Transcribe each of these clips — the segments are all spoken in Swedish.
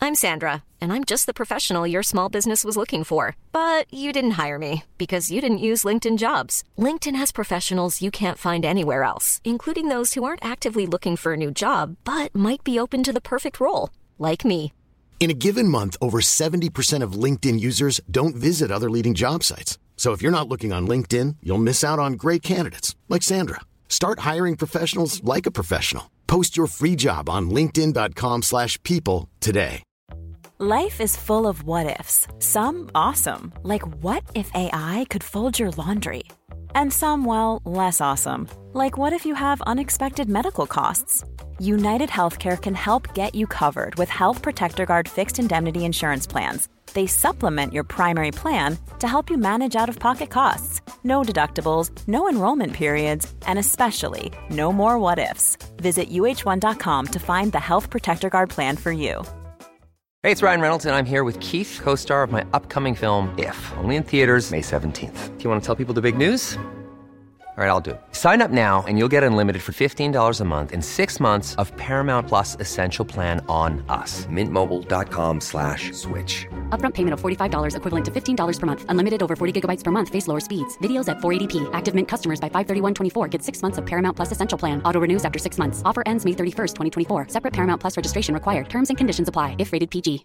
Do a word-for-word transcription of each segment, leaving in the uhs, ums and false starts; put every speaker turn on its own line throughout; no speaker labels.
I'm Sandra, and I'm just the professional your small business was looking for. But you didn't hire me because you didn't use LinkedIn Jobs. LinkedIn has professionals you can't find anywhere else, including those who aren't actively looking for a new job, but might be open to the perfect role, like me.
In a given month, over seventy percent of LinkedIn users don't visit other leading job sites. So if you're not looking on LinkedIn, you'll miss out on great candidates like Sandra. Start hiring professionals like a professional. Post your free job on linkedin dot com slash people today.
Life is full of what-ifs. Some awesome, like what if A I could fold your laundry? And some, well, less awesome, like what if you have unexpected medical costs? United Healthcare can help get you covered with Health Protector Guard fixed indemnity insurance plans. They supplement your primary plan to help you manage out-of-pocket costs. No deductibles, no enrollment periods, and especially no more what-ifs. Visit U H one dot com to find the Health Protector Guard plan for you.
Hey, it's Ryan Reynolds, and I'm here with Keith, co-star of my upcoming film, If, only in theaters May seventeenth. Do you want to tell people the big news? All right, I'll do it. Sign up now and you'll get unlimited for fifteen dollars a month and six months of Paramount Plus Essential Plan on us. Mint Mobile dot com slash switch.
Upfront payment of forty-five dollars equivalent to fifteen dollars per month. Unlimited over forty gigabytes per month. Face lower speeds. Videos at four eighty p. Active Mint customers by five thirty-one twenty-four get six months of Paramount Plus Essential Plan. Auto renews after six months. Offer ends May thirty-first, twenty twenty-four. Separate Paramount Plus registration required. Terms and conditions apply if rated P G.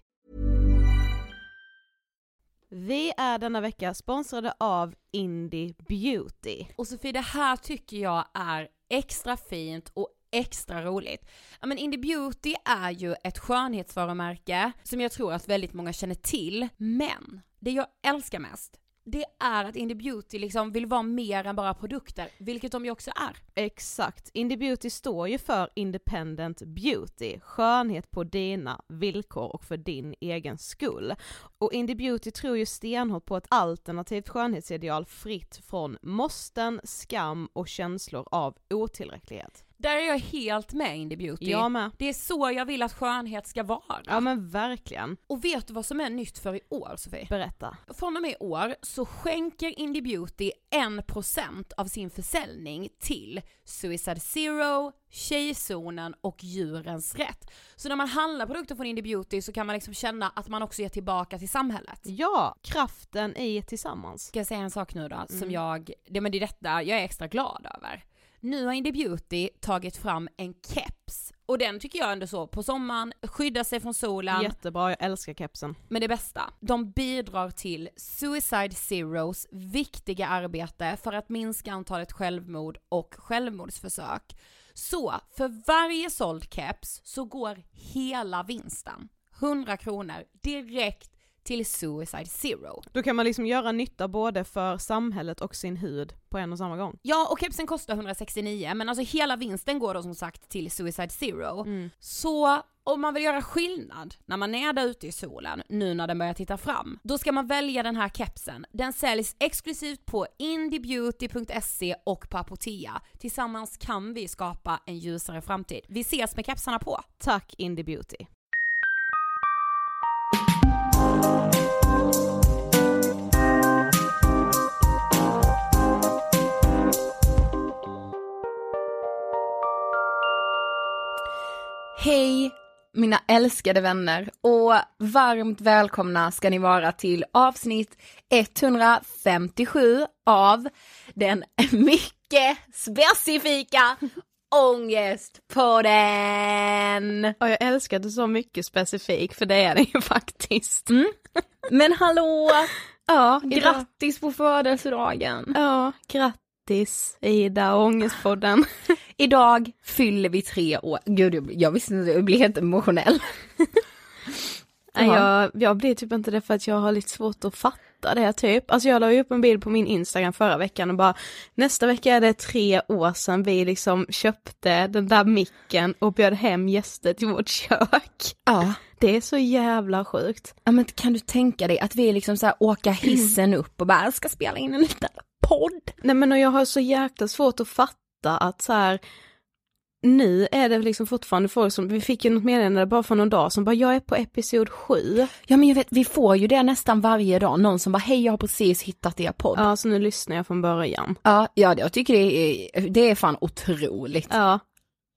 Vi är denna vecka sponsrade av Indie Beauty.
Och Sofie, det här tycker jag är extra fint och extra roligt. Ja, men Indie Beauty är ju ett skönhetsvarumärke som jag tror att väldigt många känner till. Men det jag älskar mest, det är att Indie Beauty liksom vill vara mer än bara produkter, vilket de ju också är.
Exakt. Indie Beauty står ju för Independent Beauty, skönhet på dina villkor och för din egen skull. Och Indie Beauty tror ju stenhårt på ett alternativt skönhetsideal fritt från måsten, skam och känslor av otillräcklighet.
Där är jag helt med Indie Beauty.
Jag med.
Det är så jag vill att skönhet ska vara.
Ja men verkligen.
Och vet du vad som är nytt för i år, Sofie?
Berätta.
Från och med i år så skänker Indie Beauty en procent av sin försäljning till Suicide Zero, Tjejzonen och Djurens Rätt. Så när man handlar produkter från Indie Beauty så kan man liksom känna att man också ger tillbaka till samhället.
Ja, kraften i tillsammans.
Ska jag säga en sak nu då?
Mm.
Som jag, det, men det är detta jag är extra glad över. Nu har Indie Beauty tagit fram en keps. Och den tycker jag ändå så, på sommaren, skydda sig från solen.
Jättebra, jag älskar kepsen.
Men det bästa, de bidrar till Suicide Zeros viktiga arbete för att minska antalet självmord och självmordsförsök. Så för varje såld keps så går hela vinsten, hundra kronor, direkt till Suicide Zero.
Då kan man liksom göra nytta både för samhället och sin hud på en och samma gång.
Ja, och kepsen kostar hundrasextionio, men alltså hela vinsten går då som sagt till Suicide Zero. Mm. Så om man vill göra skillnad när man är där ute i solen, nu när den börjar titta fram, då ska man välja den här kepsen. Den säljs exklusivt på indiebeauty punkt se och på Apotea. Tillsammans kan vi skapa en ljusare framtid. Vi ses med kepsarna på.
Tack Indie Beauty.
Hej mina älskade vänner och varmt välkomna ska ni vara till avsnitt etthundrafemtiosju av den mycket specifika Ångestpodden.
Och jag älskar det så mycket specifik, för det är det ju faktiskt.
Mm. Men hallå,
ja,
grattis på födelsedagen.
Ja, grattis Ida, Ångestpodden.
Idag fyller vi tre år. Gud, jag visste inte, jag blir helt emotionell.
Nej, jag, jag blir typ inte det för att jag har lite svårt att fatta det typ. Alltså jag la ju upp en bild på min Instagram förra veckan och bara, nästa vecka är det tre år sedan vi liksom köpte den där micken och bjöd hem gäster till vårt kök.
Ja.
Det är så jävla sjukt.
Ja, men kan du tänka dig att vi liksom så här åka hissen upp och bara ska spela in en liten podd?
Nej, men och jag har så jäkla svårt att fatta att så här, nu är det liksom fortfarande folk som, vi fick ju något meddelande bara för någon dag som bara, jag är på episod sju.
Ja, men jag vet, vi får ju det nästan varje dag. Någon som bara, hej, jag har precis hittat er podd.
Ja, så nu lyssnar jag från början.
Ja, ja, jag tycker det är, det är fan otroligt.
Ja.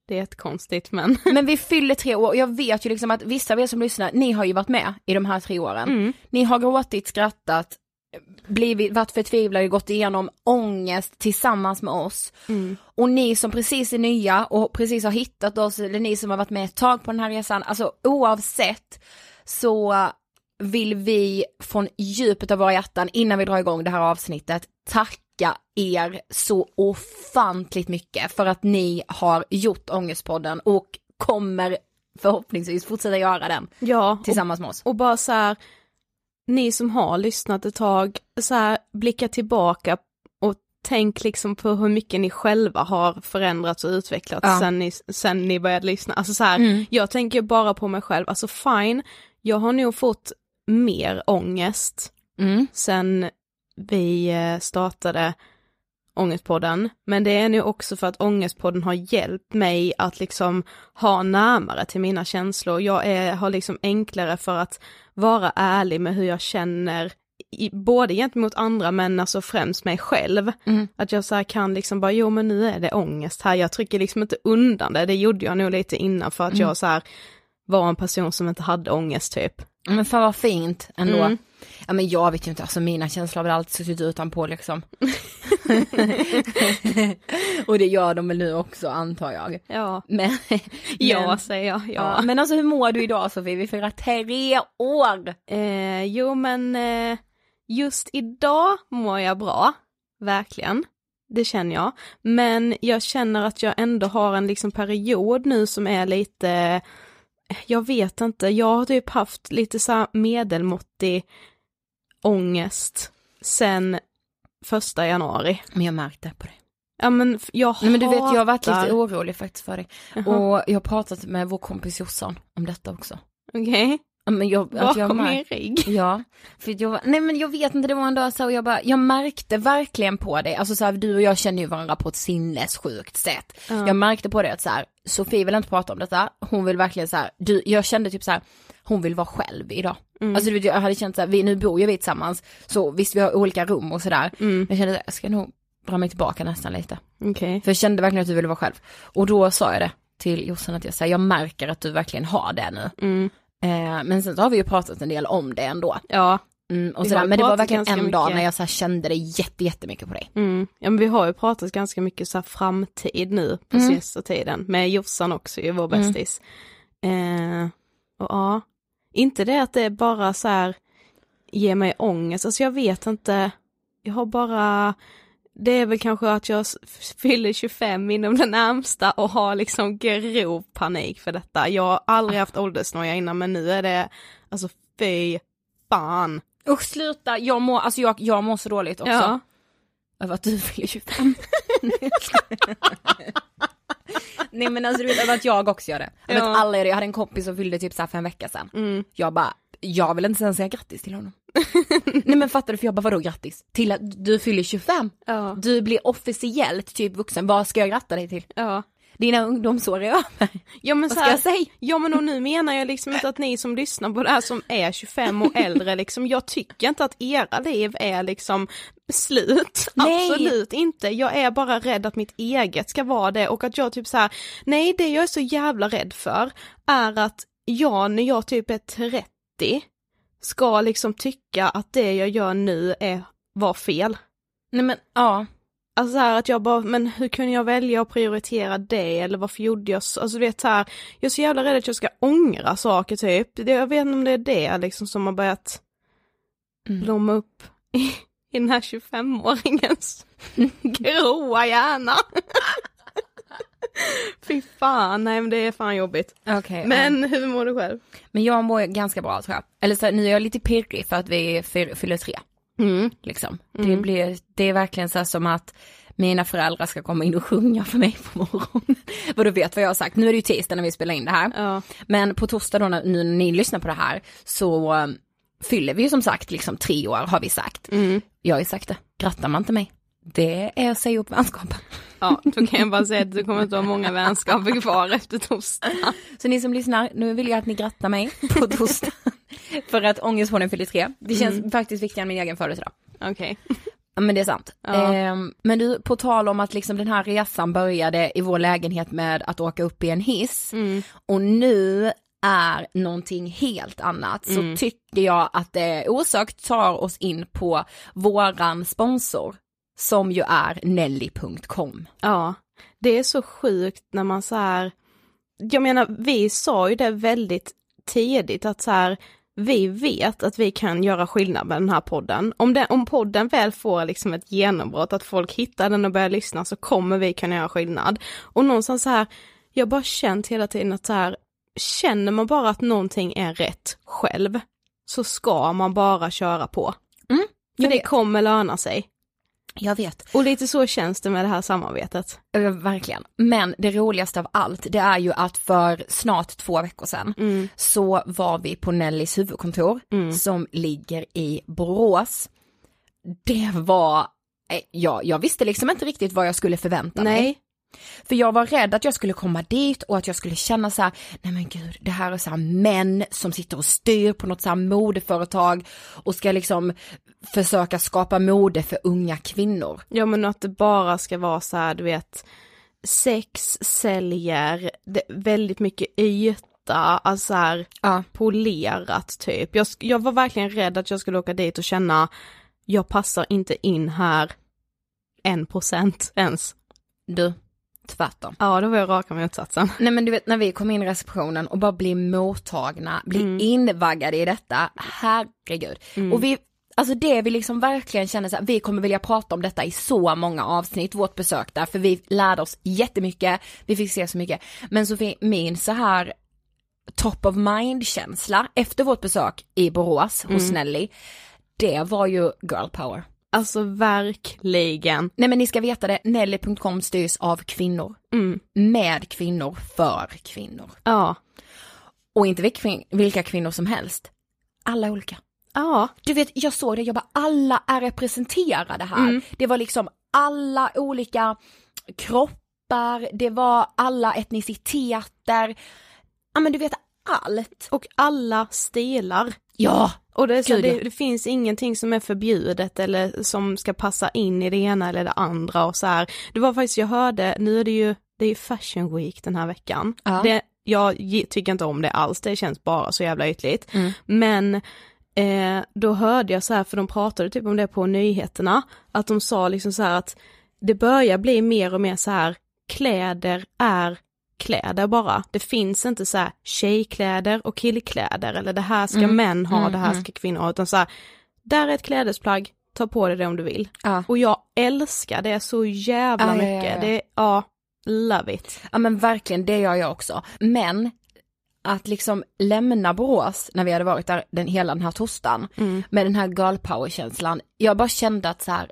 det är ett konstigt men.
Men vi fyller tre år. Jag vet ju liksom att vissa av er som lyssnar, ni har ju varit med i de här tre åren. Mm. Ni har gråtit, skrattat, blivit, varit förtvivlade, gått igenom ångest tillsammans med oss. Mm. Och ni som precis är nya och precis har hittat oss, eller ni som har varit med ett tag på den här resan, alltså oavsett så vill vi från djupet av våra hjärtan innan vi drar igång det här avsnittet tacka er så ofantligt mycket för att ni har gjort Ångestpodden och kommer förhoppningsvis fortsätta göra den
ja,
tillsammans
och,
med oss.
Och bara så här, ni som har lyssnat ett tag, så här, blicka tillbaka och tänk liksom på hur mycket ni själva har förändrats och utvecklats ja. sen, ni, sen ni började lyssna. Alltså så här, mm. jag tänker bara på mig själv, alltså fine, jag har nog fått mer ångest mm. sen vi startade Ångestpodden, men det är nu också för att Ångestpodden har hjälpt mig att liksom ha närmare till mina känslor. Jag är, har liksom enklare för att vara ärlig med hur jag känner i, både gentemot andra men alltså främst mig själv. Mm. Att jag så här kan liksom bara, jo men nu är det ångest här, jag trycker liksom inte undan det, det gjorde jag nog lite innan för att mm. jag så här var en person som inte hade ångest typ.
Men fan vad fint ändå. Mm. Ja men jag vet ju inte, alltså mina känslor har väl alltid suttit utanpå liksom. Och det gör de väl nu också antar jag.
Ja,
men,
ja
men,
säger jag. Ja.
Ja. Men alltså hur mår du idag Sofie? Vi firar tre år.
Eh, jo men eh, just idag mår jag bra. Verkligen. Det känner jag. Men jag känner att jag ändå har en liksom period nu som är lite... Jag vet inte, jag har typ haft lite så här medelmåttig ångest sen första januari.
Men jag märkte på det.
Ja men jag
Nej, men du vet, jag har varit lite orolig faktiskt för dig.
Uh-huh.
Och jag har pratat med vår kompis Jossan om detta också.
Okej. Okay.
Men jag,
Bakom
jag
min rygg.
Ja, för jag, nej men jag vet inte, det var en dag så och jag bara, jag märkte verkligen på dig, alltså så här, du och jag känner ju varandra på ett sinnessjukt sätt. Uh. Jag märkte på det att så här, Sofie vill inte prata om detta, hon vill verkligen så här, du, jag kände typ så här, hon vill vara själv idag. Mm. Alltså du vet, jag hade känt så här, vi, nu bor ju vi tillsammans, så visst vi har olika rum och sådär, mm. jag kände att jag ska nog dra mig tillbaka nästan lite.
Okay.
För jag kände verkligen att du ville vara själv. Och då sa jag det till Jossan att jag säger, jag märker att du verkligen har det nu. Mm. Eh, men sen så har vi ju pratat en del om det ändå.
Ja.
Mm, och sådär, men det var verkligen en dag mycket. När jag så här kände det jätte, jättemycket på dig.
Mm. Ja men vi har ju pratat ganska mycket så här framtid nu på mm. sista tiden. Med Jossan också ju, vår bästis. Mm. Eh, och ja, inte det att det bara så här ger mig ångest. Alltså jag vet inte, jag har bara... Det är väl kanske att jag fyller tjugofem inom det närmsta och har liksom grov panik för detta. Jag har aldrig haft åldersnoja innan, men nu är det, alltså fy fan.
Usch sluta, jag mår, alltså jag, jag mår så dåligt också.
Ja.
Över att du fyller tjugofem. Nej men alltså du vet, över att jag också gör det. Jag,
ja.
vet, alla, jag hade en kompis som fyllde typ så här för en vecka sedan. Mm. Jag bara, jag vill inte ens säga grattis till honom. Nej men fattar du, för jag bara, vadå grattis? Till att du fyller tjugofem.
Ja.
Du blir officiellt typ vuxen. Vad ska jag gratta dig till?
Ja.
Dina ungdomsår är över.
Ja, men
vad
så här,
ska jag säga?
Ja men och nu menar jag liksom inte att ni som lyssnar på det här som är tjugofem och äldre liksom, jag tycker inte att era liv är liksom slut.
Nej.
Absolut inte. Jag är bara rädd att mitt eget ska vara det, och att jag typ så här, nej det jag är så jävla rädd för är att jag när jag typ är trettio ska liksom tycka att det jag gör nu är var fel.
Nej men, ja.
Alltså så här att jag bara, men hur kunde jag välja att prioritera det? Eller varför gjorde jag så? Alltså du vet så här, jag är så jävla rädd att jag ska ångra saker typ. Det, jag vet inte om det är det liksom som har börjat mm. blomma upp i, i den här tjugofemåringens gråa hjärna. Fy fan, nej men det är fan jobbigt.
Okay,
men
um,
hur mår du själv?
Men jag mår ganska bra tror jag. Eller så nu är jag lite pirrig för att vi fyller tre. Mm. Liksom. Mm. Det, blir, det är verkligen så här som att mina föräldrar ska komma in och sjunga för mig på morgonen. Vad du vet vad jag har sagt. Nu är det ju tisdag när vi spelar in det här.
Ja.
Men på torsdag då när, nu när ni lyssnar på det här så um, fyller vi ju som sagt liksom tre år har vi sagt. Mm. Jag har ju sagt det. Grattar man inte mig? Det är att säga upp vänskapen.
Ja, då kan jag bara säga att du kommer inte ha många vänskaper kvar efter torsdag.
Så ni som lyssnar, nu vill jag att ni grattar mig på torsdag. För att Ångestpodden fyller tre. Det känns mm. faktiskt viktigare än min egen födelsedag.
Okej. Okay.
Ja, men det är sant.
Ja.
Eh, men du, på tal om att liksom den här resan började i vår lägenhet med att åka upp i en hiss.
Mm.
Och nu är någonting helt annat.
Mm.
Så tycker jag att det osökt tar oss in på våran sponsor. Som ju är Nelly punkt com.
Ja, det är så sjukt när man så här, jag menar vi sa ju det väldigt tidigt att så här, vi vet att vi kan göra skillnad med den här podden. Om, den, om podden väl får liksom ett genombrott, att folk hittar den och börjar lyssna, så kommer vi kunna göra skillnad. Och någonstans så här, jag har bara känt hela tiden att så här, känner man bara att någonting är rätt själv, så ska man bara köra på.
Mm,
För det kommer löna sig.
Jag vet.
Och lite så känns det med det här samarbetet.
Äh, verkligen. Men det roligaste av allt, det är ju att för snart två veckor sedan
Mm.
så var vi på Nellys huvudkontor
Mm.
som ligger i Borås. Det var, eh, ja, jag visste liksom inte riktigt vad jag skulle förvänta
Nej.
mig. För jag var rädd att jag skulle komma dit och att jag skulle känna så här: nej men gud, det här är så här män som sitter och styr på något så här modeföretag och ska liksom försöka skapa mode för unga kvinnor.
Ja, men att det bara ska vara så här, du vet, sex, säljer, det, väldigt mycket yta, alltså så här,
Ja.
polerat typ. Jag, jag var verkligen rädd att jag skulle åka dit och känna, jag passar inte in här en procent ens.
Du, tvärtom.
Ja, då var jag raka motsatsen.
Nej men du vet, när vi kom in i receptionen och bara blir mottagna, blir
Mm.
invaggade i detta, herregud.
Mm.
Och vi, alltså det vi liksom verkligen känner så här, vi kommer vilja prata om detta i så många avsnitt, vårt besök där, för vi lärde oss jättemycket, vi fick se så mycket. Men Sofie, min så här top of mind-känsla efter vårt besök i Borås hos
Mm.
Nelly, det var ju girl power.
Alltså verkligen.
Nej men ni ska veta det, Nelly punkt com styrs av kvinnor.
Mm.
Med kvinnor, för kvinnor.
Ja.
Och inte vilka, vilka kvinnor som helst. Alla olika.
Ja.
Du vet, jag såg det, jag bara, alla är representerade här.
Mm.
Det var liksom alla olika kroppar, det var alla etniciteter. Ja men du vet, allt.
Och alla stilar.
Ja.
Och det, är så,
Gud, ja.
det, det finns ingenting som är förbjudet eller som ska passa in i det ena eller det andra och så här. Det var faktiskt, jag hörde, nu är det ju, det är ju Fashion Week den här veckan.
Ja.
Det, jag ge- tycker inte om det alls, det känns bara så jävla ytligt.
Mm.
Men eh, då hörde jag så här, för de pratade typ om det på nyheterna, att de sa liksom så här att det börjar bli mer och mer så här, kläder är kläder bara. Det finns inte så här tjejkläder och killkläder eller det här ska
Mm.
män ha,
Mm,
det här
mm.
ska kvinnor ha, utan så här, där är ett klädesplagg, ta på dig det om du vill.
Ja.
Och jag älskar det så jävla
Ja, ja,
mycket.
ja, ja.
Det, ja, love it.
Ja men verkligen, det gör jag också. Men att liksom lämna Borås när vi hade varit där den, hela den här torsdagen
Mm.
med den här girl power-känslan. Jag bara kände att så här,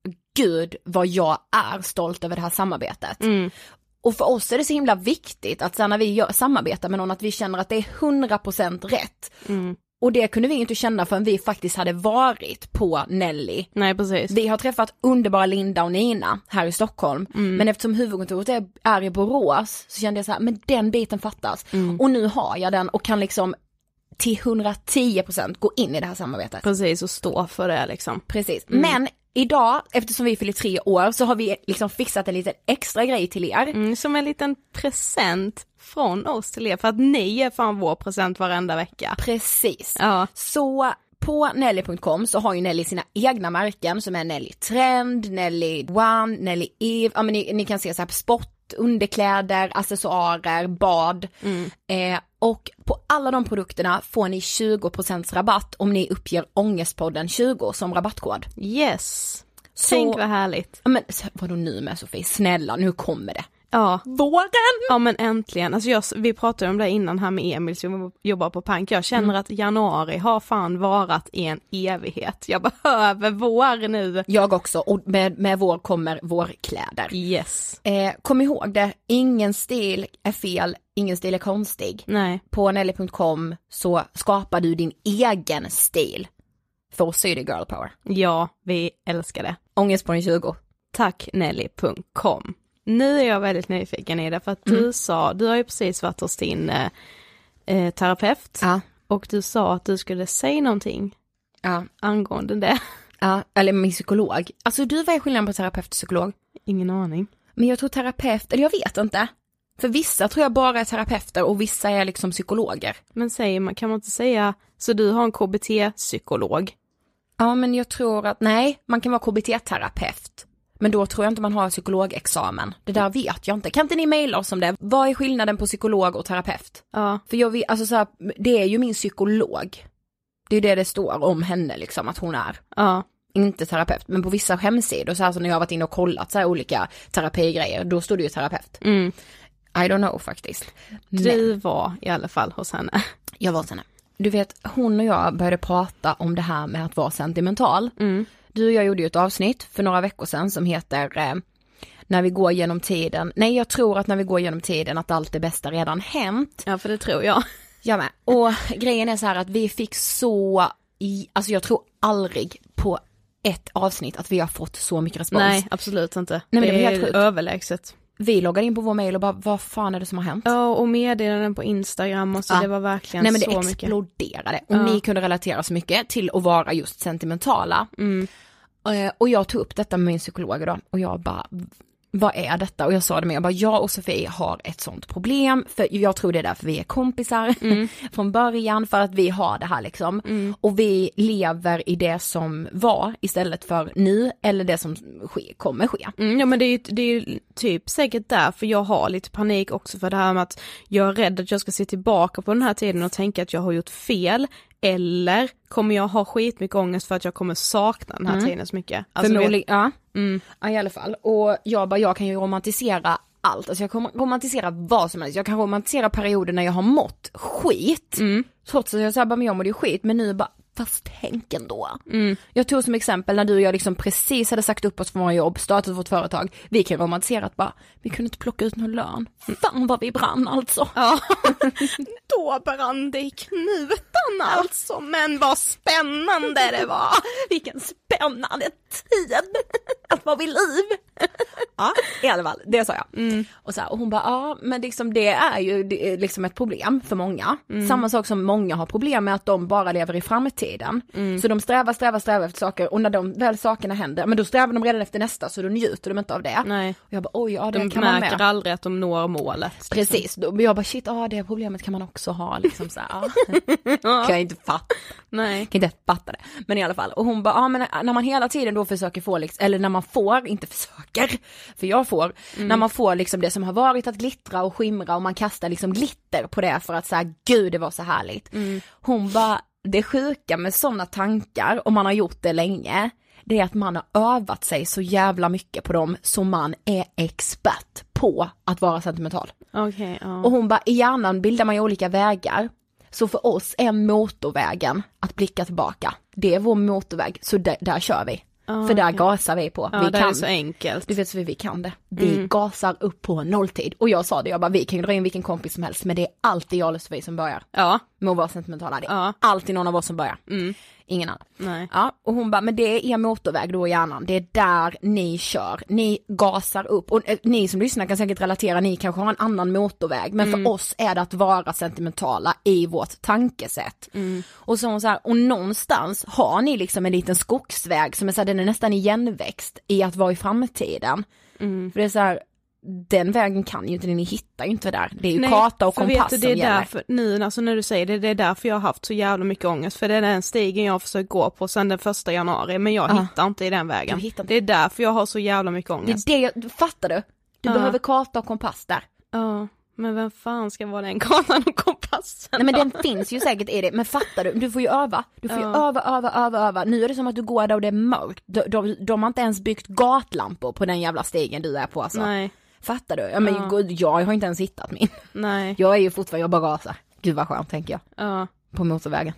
gud vad jag är stolt över det här samarbetet.
Mm.
Och för oss är det så himla viktigt att så när vi gör, samarbetar med någon, att vi känner att det är hundra procent rätt.
Mm.
Och det kunde vi inte känna förrän vi faktiskt hade varit på Nelly.
Nej, precis.
Vi har träffat underbara Linda och Nina här i Stockholm.
Mm.
Men eftersom huvudkontoret är, är i Borås så kände jag så här, men den biten fattas.
Mm.
Och nu har jag den och kan liksom till hundratio procent gå in i det här samarbetet.
Precis, och stå för det liksom.
Precis.
Mm.
Men idag, eftersom vi fyller tre år, så har vi liksom fixat en liten extra grej till er.
Mm, som en liten present från oss till er, för att ni är fan vår present varenda vecka.
Precis.
Ja.
Så på Nelly punkt com så har ju Nelly sina egna märken som är Nelly Trend, Nelly One, Nelly Eve. Ja men ni, ni kan se så här sport, underkläder, accessoarer, bad.
Mm.
Eh, och på alla de produkterna får ni tjugo procent rabatt om ni uppger Ångestpodden tjugo som rabattkod.
Yes.
Så,
Tänk vad härligt.
ja, men vadå nu med Sofie? Snälla, nu kommer det.
Ja.
Våren!
Ja men äntligen, alltså jag, vi pratade om det innan här med Emil som jobbar på Pank. Jag känner
Mm.
att januari har fan varat i en evighet. Jag behöver vår nu.
Jag också, och med, med vår kommer vårkläder.
Yes.
Eh, kom ihåg det, ingen stil är fel, ingen stil är konstig.
Nej.
På Nelly punkt com så skapar du din egen stil. För oss är det girl power.
Ja, vi älskar det.
Ångest på den tjugo.
Tack Nelly punkt com. Nu är jag väldigt nyfiken i det, för att du
Mm.
sa, du har ju precis varit hos din eh, eh, terapeut.
Ja.
Och du sa att du skulle säga någonting
Ja.
angående det.
Ja, eller min psykolog. Alltså du, vad är skillnaden på terapeut och psykolog?
Ingen aning.
Men jag tror terapeut, eller jag vet inte. För vissa tror jag bara är terapeuter och vissa är liksom psykologer.
Men säger man, kan man inte säga, så du har en K B T-psykolog?
Ja, men jag tror att, nej, man kan vara K B T-terapeut. Men då tror jag inte man har psykologexamen. Det där vet jag inte. Kan inte ni mejla oss om det? Vad är skillnaden på psykolog och terapeut?
Ja.
För jag vet, alltså så här, det är ju min psykolog. Det är det det står om henne liksom, att hon är.
Ja.
Inte terapeut, men på vissa hemsidor så här, så när jag har varit inne och kollat så här olika terapigrejer, då står det ju terapeut.
Mm.
I don't know faktiskt.
Du men var i alla fall hos henne.
Jag var hos henne. Du vet, hon och jag började prata om det här med att vara sentimental.
Mm.
Du och jag gjorde ju ett avsnitt för några veckor sedan som heter eh, När vi går genom tiden. Nej, jag tror att när vi går genom tiden att allt det bästa redan hänt.
Ja, för det tror jag.
Jag med. Och grejen är så här att vi fick så, i, alltså jag tror aldrig på ett avsnitt att vi har fått så mycket respons.
Nej, absolut inte.
Nej, men
det,
det var
är
helt
överlägset.
Vi loggade in på vår mail och bara, vad fan är det som har hänt?
Ja, och meddelanden på Instagram och så,
ja.
Det var verkligen
Nej, men det
så mycket.
exploderade. Och
ja.
Ni kunde relatera så mycket till att vara just sentimentala.
Mm.
Och jag tog upp detta med min psykolog då. Och jag bara, vad är detta? Och jag sa det med, jag bara, jag och Sofie har ett sånt problem. För jag tror det är därför vi är kompisar
mm.
från början. För att vi har det här liksom.
Mm.
Och vi lever i det som var istället för nu. Eller det som ske, kommer ske.
Mm, ja, men det är ju det är ju typ säkert därför jag har lite panik också. För det här med att jag är rädd att jag ska se tillbaka på den här tiden och tänka att jag har gjort fel. Eller kommer jag ha skitmycket ångest för att jag kommer sakna den här mm.
tiden
så mycket? Alltså,
Förmodligen, ja.
Mm.
Ja, i alla fall. Och jag bara, jag kan ju romantisera allt. Alltså jag kan romantisera vad som helst. Jag kan romantisera perioder när jag har mått skit.
Mm.
Trots att jag säger bara, men jag mådde ju skit. Men nu bara, fast tänk ändå.
Mm.
Jag tog som exempel när du och jag liksom precis hade sagt upp oss från våra jobb, startat vårt företag. Vi kan romantisera att bara, vi kunde inte plocka ut någon lön. Fan vad vi brann alltså.
Ja. Då brann det i knuten alltså. Men vad spännande det var.
Vilken spännande tid att vara vid liv. Ja, i alla fall, det sa jag.
Mm.
Och, så här, och hon bara, ja men liksom det är ju det är liksom ett problem för många.
Mm.
Samma sak som många har problem med att de bara lever i framtiden.
Mm.
Så de strävar, strävar, strävar efter saker och när de väl sakerna händer, men då strävar de redan efter nästa så då njuter de inte av det.
Nej.
Och jag bara, oj, ja det
de
kan man med.
De märker aldrig att de når målet. Liksom.
Precis, då, jag bara shit, ja det problemet kan man också ha liksom så här, ja. Kan jag inte fatta.
Nej.
Kan inte fatta det. Men i alla fall, och hon bara, ja men när man hela tiden då försöker få liksom, eller när man får, inte försöker, för jag får, mm. när man får liksom det som har varit att glittra och skimra och man kastar liksom glitter på det för att säga, gud det var så härligt. Mm. Hon bara, det sjuka med sådana tankar, och man har gjort det länge, det är att man har övat sig så jävla mycket på dem så man är expert på att vara sentimental.
Okay, uh.
Och hon bara, i hjärnan bildar man ju olika vägar. Så för oss är motorvägen att blicka tillbaka. Det är vår motorväg, så där, där kör vi.
Oh,
för där
okay.
gasar vi på.
Ja,
vi
det
kan.
är så enkelt.
Du vet så vi kan det. Vi
mm.
gasar upp på nolltid. Och jag sa det, jag bara, vi kan ju dra in vilken kompis som helst, men det är alltid jag eller Sofie som börjar.
Ja.
Med att vara sentimentala. Det är
ja.
alltid någon av oss som börjar.
Mm.
Ingen annan.
Nej.
Ja, och hon bara, men det är er motorväg då i hjärnan. Det är där ni kör. Ni gasar upp. Och eh, ni som lyssnar kan säkert relatera, ni kanske har en annan motorväg. Men mm. för oss är det att vara sentimentala i vårt tankesätt. Mm. Och så hon så här, och någonstans har ni liksom en liten skogsväg som är så här, den är nästan igenväxt i att vara i framtiden. Mm. För det är så här, den vägen kan ju inte, ni hittar ju inte där. Det är ju Nej, karta och kompass
du,
som
det är
gäller.
därför, nu alltså när du säger det, det är därför jag har haft så jävla mycket ångest. För det är den stigen jag försöker gå på sedan den första januari. Men jag uh. hittar inte i den vägen. Det är därför jag har så jävla mycket ångest.
Det är det, fattar du? Du uh. behöver karta och kompass där.
Ja, uh. men vem fan ska vara den kartan och kompassen?
Nej men den finns ju säkert i det. Men fattar du? Du får ju öva. Du får uh. ju öva, öva, öva, öva. Nu är det som att du går där och det är mörkt. De, de, de har inte ens byggt gatlampor på den jävla stigen du är på alltså.
Nej.
Fattar du? Ja, men ja. Gud, jag har inte ens hittat min.
Nej.
Jag är ju fortfarande, jag bara gasar. Gud vad skönt tänker jag.
Ja.
På motorvägen.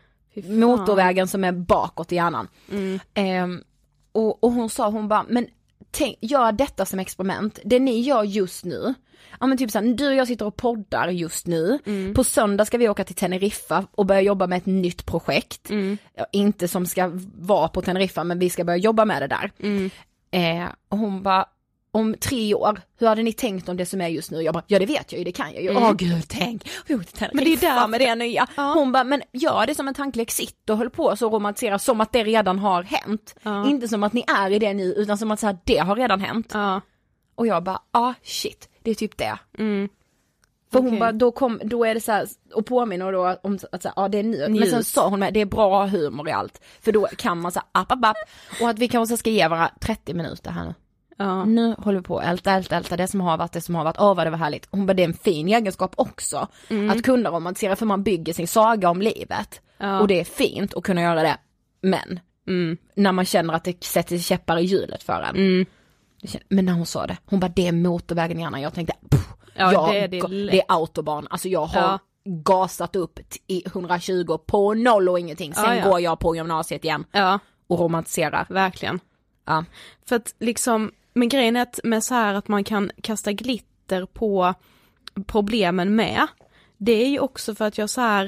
Motorvägen som är bakåt i hjärnan.
Mm.
Ehm, och, och hon sa, hon bara, men tänk, gör detta som experiment. Det ni gör just nu. Ja men typ såhär, du och jag sitter och poddar just nu. Mm. På söndag ska vi åka till Teneriffa och börja jobba med ett nytt projekt.
Mm.
Ja, inte som ska vara på Teneriffa, men vi ska börja jobba med det där.
Mm.
Ehm, och hon bara, om tre år, hur hade ni tänkt om det som är just nu? Jag bara, ja det vet jag ju, det kan jag ju. Åh mm. oh, gud, tänk. Men det är där med det nya. Ja. Hon bara, men gör det som en tankelek, sitt och höll på så romantisera som att det redan har hänt. Ja. Inte som att ni är i det nu, utan som att så här, det har redan hänt. Ja. Och jag bara, ah shit, det är typ det. Mm. För okay. hon bara, då, kom, då är det så här, och påminner då om att så här, ja det är nu. Men sen sa hon med, det är bra humor i allt. För då kan man så här, app, app, app. Och att vi kanske ska ge varandra trettio minuter här nu. Ja. Nu håller vi på att älta, älta, älta det som har varit, det som har varit. Åh vad det var härligt. Hon bara, det är en fin egenskap också. Mm. Att kunna romantisera, för man bygger sin saga om livet. Ja. Och det är fint att kunna göra det. Men, mm. när man känner att det sätter käppar i hjulet för en. Mm. Men när hon sa det, hon bara, det är motorvägen gärna. Jag tänkte, ja, jag, det, är det, det är autobahn. Alltså jag har ja. gasat upp i hundratjugo på noll och ingenting. Sen ja, ja. går jag på gymnasiet igen. Ja. Och romantiserar.
Verkligen.
Ja.
För att liksom, men grejen är att med så här att man kan kasta glitter på problemen med, det är ju också för att jag så här,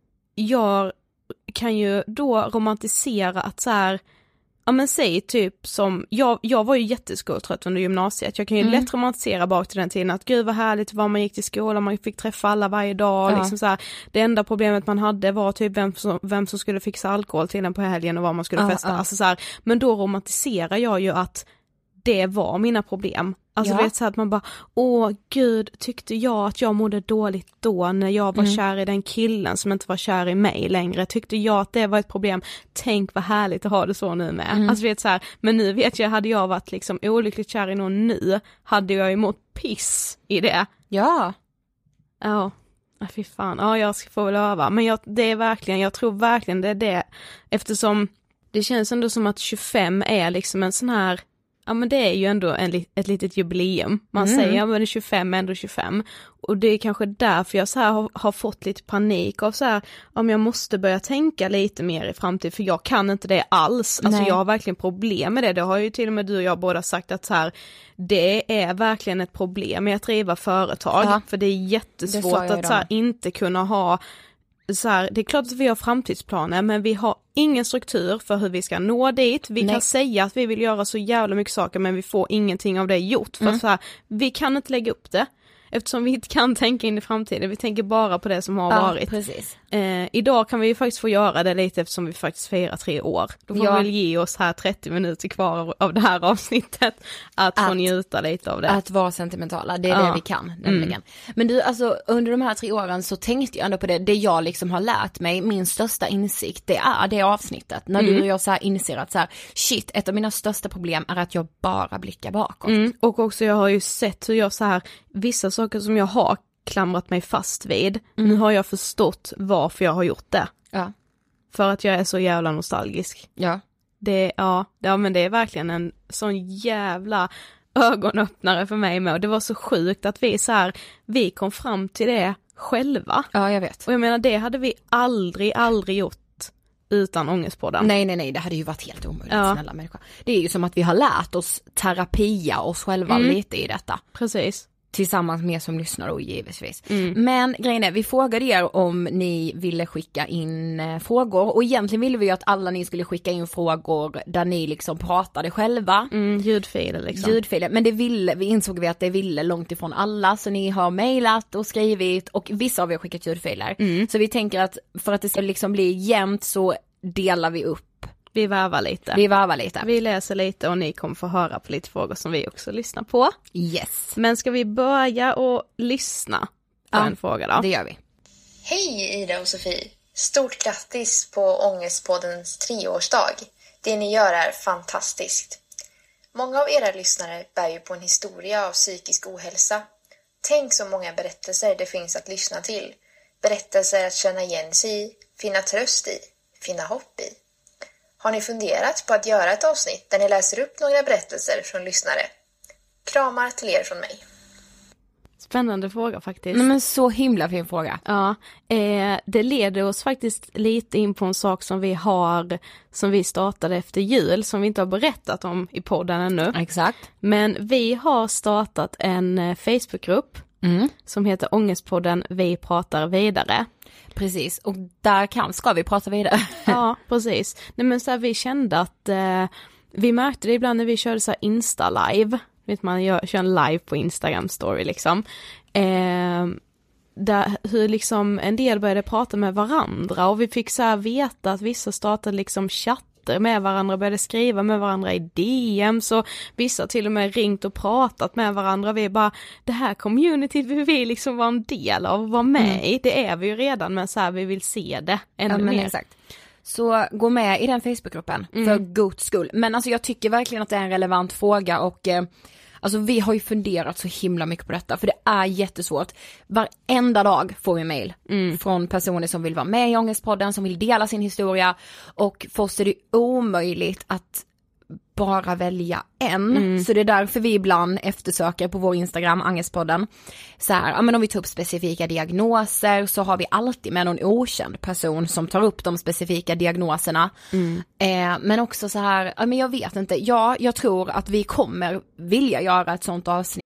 jag kan ju då romantisera att så här, ja men säg typ som, jag, jag var ju jätteskoltrött under gymnasiet. Jag kan ju mm. lätt romantisera bak till den tiden att gud vad härligt var, man gick till skolan, man fick träffa alla varje dag. Ja. Liksom så här, det enda problemet man hade var typ vem som, vem som skulle fixa alkohol till den på helgen och vad man skulle ja, festa. Ja. Alltså så här, men då romantiserar jag ju att det var mina problem. Alltså ja. vet så att man bara, åh gud, tyckte jag att jag mådde dåligt då när jag var mm. kär i den killen som inte var kär i mig längre. Tyckte jag att det var ett problem. Tänk vad härligt att ha det så nu med. Mm. Alltså vet så här, men nu vet jag, hade jag varit liksom olyckligt kär i någon nu, hade jag ju mått piss i det.
Ja.
Ja, oh. fy fan. Ja, jag ska få väl öva. Men jag, det är verkligen, jag tror verkligen det är det. Eftersom det känns ändå som att tjugofem är liksom en sån här, ja men det är ju ändå en, ett litet jubileum. Man mm. säger, ja men tjugofem är ändå tjugofem. Och det är kanske därför jag så här har, har fått lite panik av så här, om jag måste börja tänka lite mer i framtid. För jag kan inte det alls. Alltså Nej. jag har verkligen problem med det. Det har ju till och med du och jag båda sagt att så här, det är verkligen ett problem med att driva företag. Ja. För det är jättesvårt det att så här, inte kunna ha så här, det är klart att vi har framtidsplaner, men vi har ingen struktur för hur vi ska nå dit. Vi Nej. kan säga att vi vill göra så jävla mycket saker, men vi får ingenting av det gjort. För mm. så här, vi kan inte lägga upp det. Eftersom vi inte kan tänka in i framtiden. Vi tänker bara på det som har
ja,
varit.
Precis.
Eh, idag kan vi ju faktiskt få göra det lite eftersom vi faktiskt firar tre år. Då får ja. vi väl ge oss här trettio minuter kvar av det här avsnittet. Att, att få njuta lite av det.
Att vara sentimentala, det är ja. det vi kan nämligen. Mm. Men du, alltså under de här tre åren så tänkte jag ändå på det. Det jag liksom har lärt mig, min största insikt, det är det avsnittet. När mm. du och jag så här inser att så här, shit, ett av mina största problem är att jag bara blickar bakåt.
Mm. Och också jag har ju sett hur jag så här, vissa saker som jag har klamrat mig fast vid. Mm. Nu har jag förstått varför jag har gjort det.
Ja.
För att jag är så jävla nostalgisk.
Ja.
Det, ja, ja, men det är verkligen en sån jävla ögonöppnare för mig med. Och det var så sjukt att vi så här, vi kom fram till det själva.
Ja, jag vet.
Och jag menar, det hade vi aldrig, aldrig gjort utan Ångestpodden.
Nej, nej, nej, det hade ju varit helt omöjligt, ja. snälla människa. Det är ju som att vi har lärt oss terapia oss själva mm. lite i detta.
Precis.
Tillsammans med som lyssnar och givetvis. Mm. Men grejen är, vi frågade er om ni ville skicka in eh, frågor. Och egentligen ville vi ju att alla ni skulle skicka in frågor där ni liksom pratade själva.
Mm, ljudfiler liksom.
Ljudfiler. Men det ville, vi insåg vi att det ville långt ifrån alla. Så ni har mejlat och skrivit och vissa av er har skickat ljudfiler. Mm. Så vi tänker att för att det ska liksom bli jämnt så delar vi upp.
Vi varvar lite.
Vi varvar lite.
Vi läser lite och ni kommer få höra på lite frågor som vi också lyssnar på.
Yes.
Men ska vi börja och lyssna på
ja,
en fråga då?
Det gör vi.
Hej Ida och Sofie. Stort grattis på Ångestpoddens treårsdag. Det ni gör är fantastiskt. Många av era lyssnare bär ju på en historia av psykisk ohälsa. Tänk så många berättelser det finns att lyssna till. Berättelser att känna igen sig i, finna tröst i, finna hopp i. Har ni funderat på att göra ett avsnitt där ni läser upp några berättelser från lyssnare? Kramar till er från mig.
Spännande fråga faktiskt.
Nej, men så himla fin fråga.
Ja, eh, det leder oss faktiskt lite in på en sak som vi har, som vi startade efter jul, som vi inte har berättat om i podden ännu.
Exakt.
Men vi har startat en eh, Facebookgrupp mm. som heter Ångestpodden Vi pratar vidare.
Precis, och där kan, ska vi prata vidare.
Ja, precis. Nej, men så här, vi kände att eh, vi märkte det ibland när vi körde så här Insta-live. vet man gör, kör en live på Instagram story liksom. Eh, där, hur liksom en del började prata med varandra och vi fick så här veta att vissa startade liksom chatt med varandra, började skriva med varandra i D M, så vissa till och med ringt och pratat med varandra. Vi är bara, det här community vill vi liksom vara en del av och vara med mm. i. Det är vi ju redan, men så här, vi vill se det ännu
ja, men
mer.
Exakt. Så gå med i den Facebookgruppen mm. för Guds skull. Men alltså jag tycker verkligen att det är en relevant fråga och eh, alltså vi har ju funderat så himla mycket på detta för det är jättesvårt. Varenda dag får vi mejl mm. från personer som vill vara med i Ångestpodden, som vill dela sin historia och för oss är det omöjligt att bara välja en. Mm. Så det är därför vi ibland eftersöker på vår Instagram, Ångestpodden. Så här, ja men om vi tar upp specifika diagnoser så har vi alltid med någon okänd person som tar upp de specifika diagnoserna. Mm. Eh, men också så här, ja men jag vet inte, ja, jag tror att vi kommer vilja göra ett sånt avsnitt.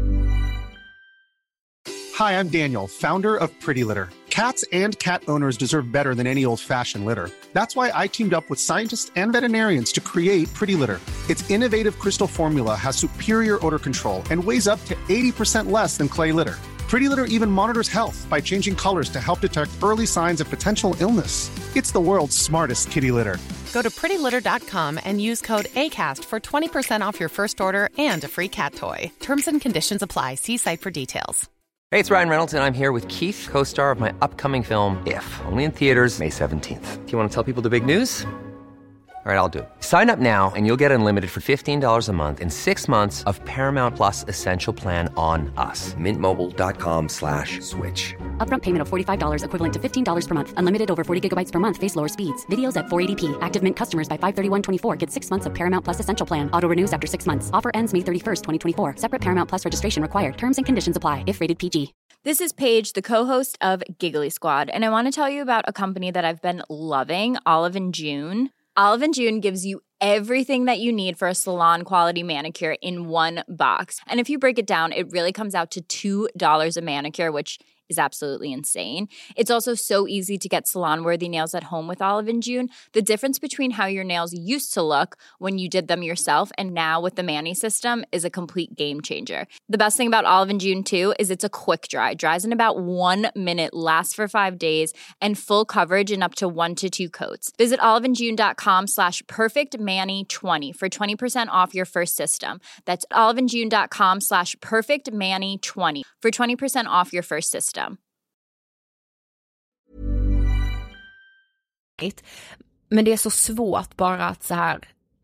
Hi, I'm Daniel, founder of Pretty Litter. Cats and cat owners deserve better than any old-fashioned litter. That's why I teamed up with scientists and veterinarians to create Pretty Litter. Its innovative crystal formula has superior odor control and weighs up to eighty percent less than clay litter. Pretty Litter even monitors health by changing colors to help detect early signs of potential illness. It's the world's smartest kitty litter.
Go to pretty litter dot com and use code ACAST for twenty percent off your first order and a free cat toy. Terms and conditions apply. See site for details.
Hey, it's Ryan Reynolds, and I'm here with Keith, co-star of my upcoming film, If, only in theaters May seventeenth. Do you want to tell people the big news? All right, I'll do it. Sign up now and you'll get unlimited for fifteen dollars a month and six months of Paramount Plus Essential Plan on us. Mint Mobile dot com slash switch.
Upfront payment of forty-five dollars equivalent to fifteen dollars per month. Unlimited over forty gigabytes per month. Face lower speeds. Videos at four eighty p. Active Mint customers by five thirty-one twenty-four get six months of Paramount Plus Essential Plan. Auto renews after six months. Offer ends May thirty-first, twenty twenty-four. Separate Paramount Plus registration required. Terms and conditions apply if rated P G.
This is Paige, the co-host of Giggly Squad, and I want to tell you about a company that I've been loving, Olive and June. Olive and June gives you everything that you need for a salon-quality manicure in one box. And if you break it down, it really comes out to two dollars a manicure, which is absolutely insane. It's also so easy to get salon-worthy nails at home with Olive and June. The difference between how your nails used to look when you did them yourself and now with the Mani system is a complete game changer. The best thing about Olive and June, too, is it's a quick dry. Dries in about one minute, lasts for five days, and full coverage in up to one to two coats. Visit oliveandjune.com slash perfectmani20 for twenty percent off your first system. That's oliveandjune.com slash perfectmani20 for twenty percent off your first system.
Men det är så svårt bara att så här,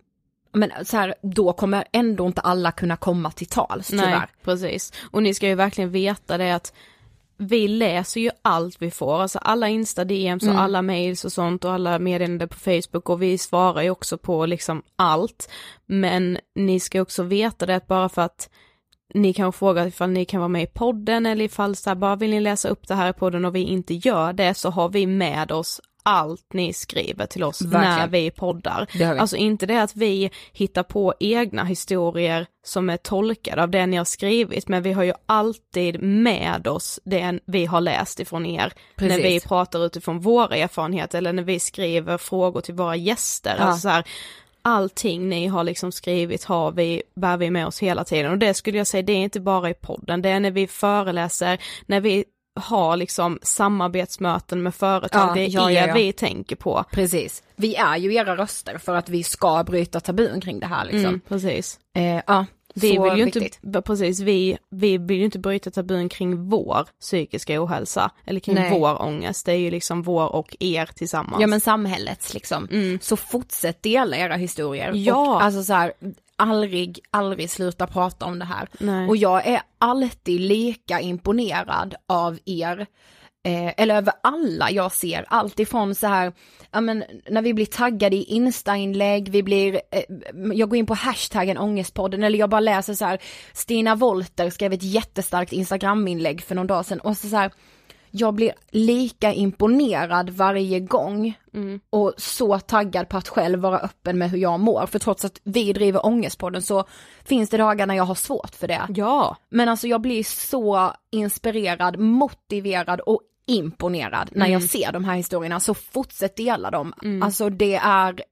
men så här, då kommer ändå inte alla kunna komma till tals, tyvärr.
Nej, precis. Och ni ska ju verkligen veta det att vi läser ju allt vi får, alltså alla Insta-D Ms och mm. alla mails och sånt och alla meddelanden på Facebook, och vi svarar ju också på liksom allt. Men ni ska också veta det att bara för att ni kan fråga ifall ni kan vara med i podden eller ifall så här, bara vill ni läsa upp det här i podden och vi inte gör det, så har vi med oss allt ni skriver till oss. Verkligen. När vi poddar. Vi. Alltså inte det att vi hittar på egna historier som är tolkade av det ni har skrivit, men vi har ju alltid med oss det vi har läst ifrån er. Precis. När vi pratar utifrån våra erfarenheter eller när vi skriver frågor till våra gäster. Ja. Alltså så här, allting ni har liksom skrivit har vi, bär vi med oss hela tiden. Och det skulle jag säga, det är inte bara i podden. Det är när vi föreläser, när vi har liksom samarbetsmöten med företag. Ja, det är ja, ja, ja. vi tänker på.
Precis. Vi är ju era röster för att vi ska bryta tabun kring det här liksom. Mm,
precis.
Eh, ja.
Vi vill ju inte, precis, vi, vi vill ju inte bryta tabun kring vår psykiska ohälsa eller kring Nej. vår ångest. Det är ju liksom vår och er tillsammans.
Ja, men samhällets liksom. Mm. Så fortsätt dela era historier.
Ja.
Och, alltså så här, aldrig, aldrig sluta prata om det här.
Nej.
Och jag är alltid lika imponerad av er. Eh, eller över alla jag ser, allt ifrån så här, ja men när vi blir taggade i Insta-inlägg, vi blir, eh, jag går in på hashtaggen Ångestpodden, eller jag bara läser så här, Stina Wolter skrev ett jättestarkt Instagram-inlägg för någon dag sedan, och så, så här, jag blir lika imponerad varje gång mm. och så taggad på att själv vara öppen med hur jag mår, för trots att vi driver Ångestpodden så finns det dagar när jag har svårt för det.
Ja.
Men alltså jag blir så inspirerad, motiverad och imponerad när mm. jag ser de här historierna, så fortsätt dela dem. Mm. Alltså det är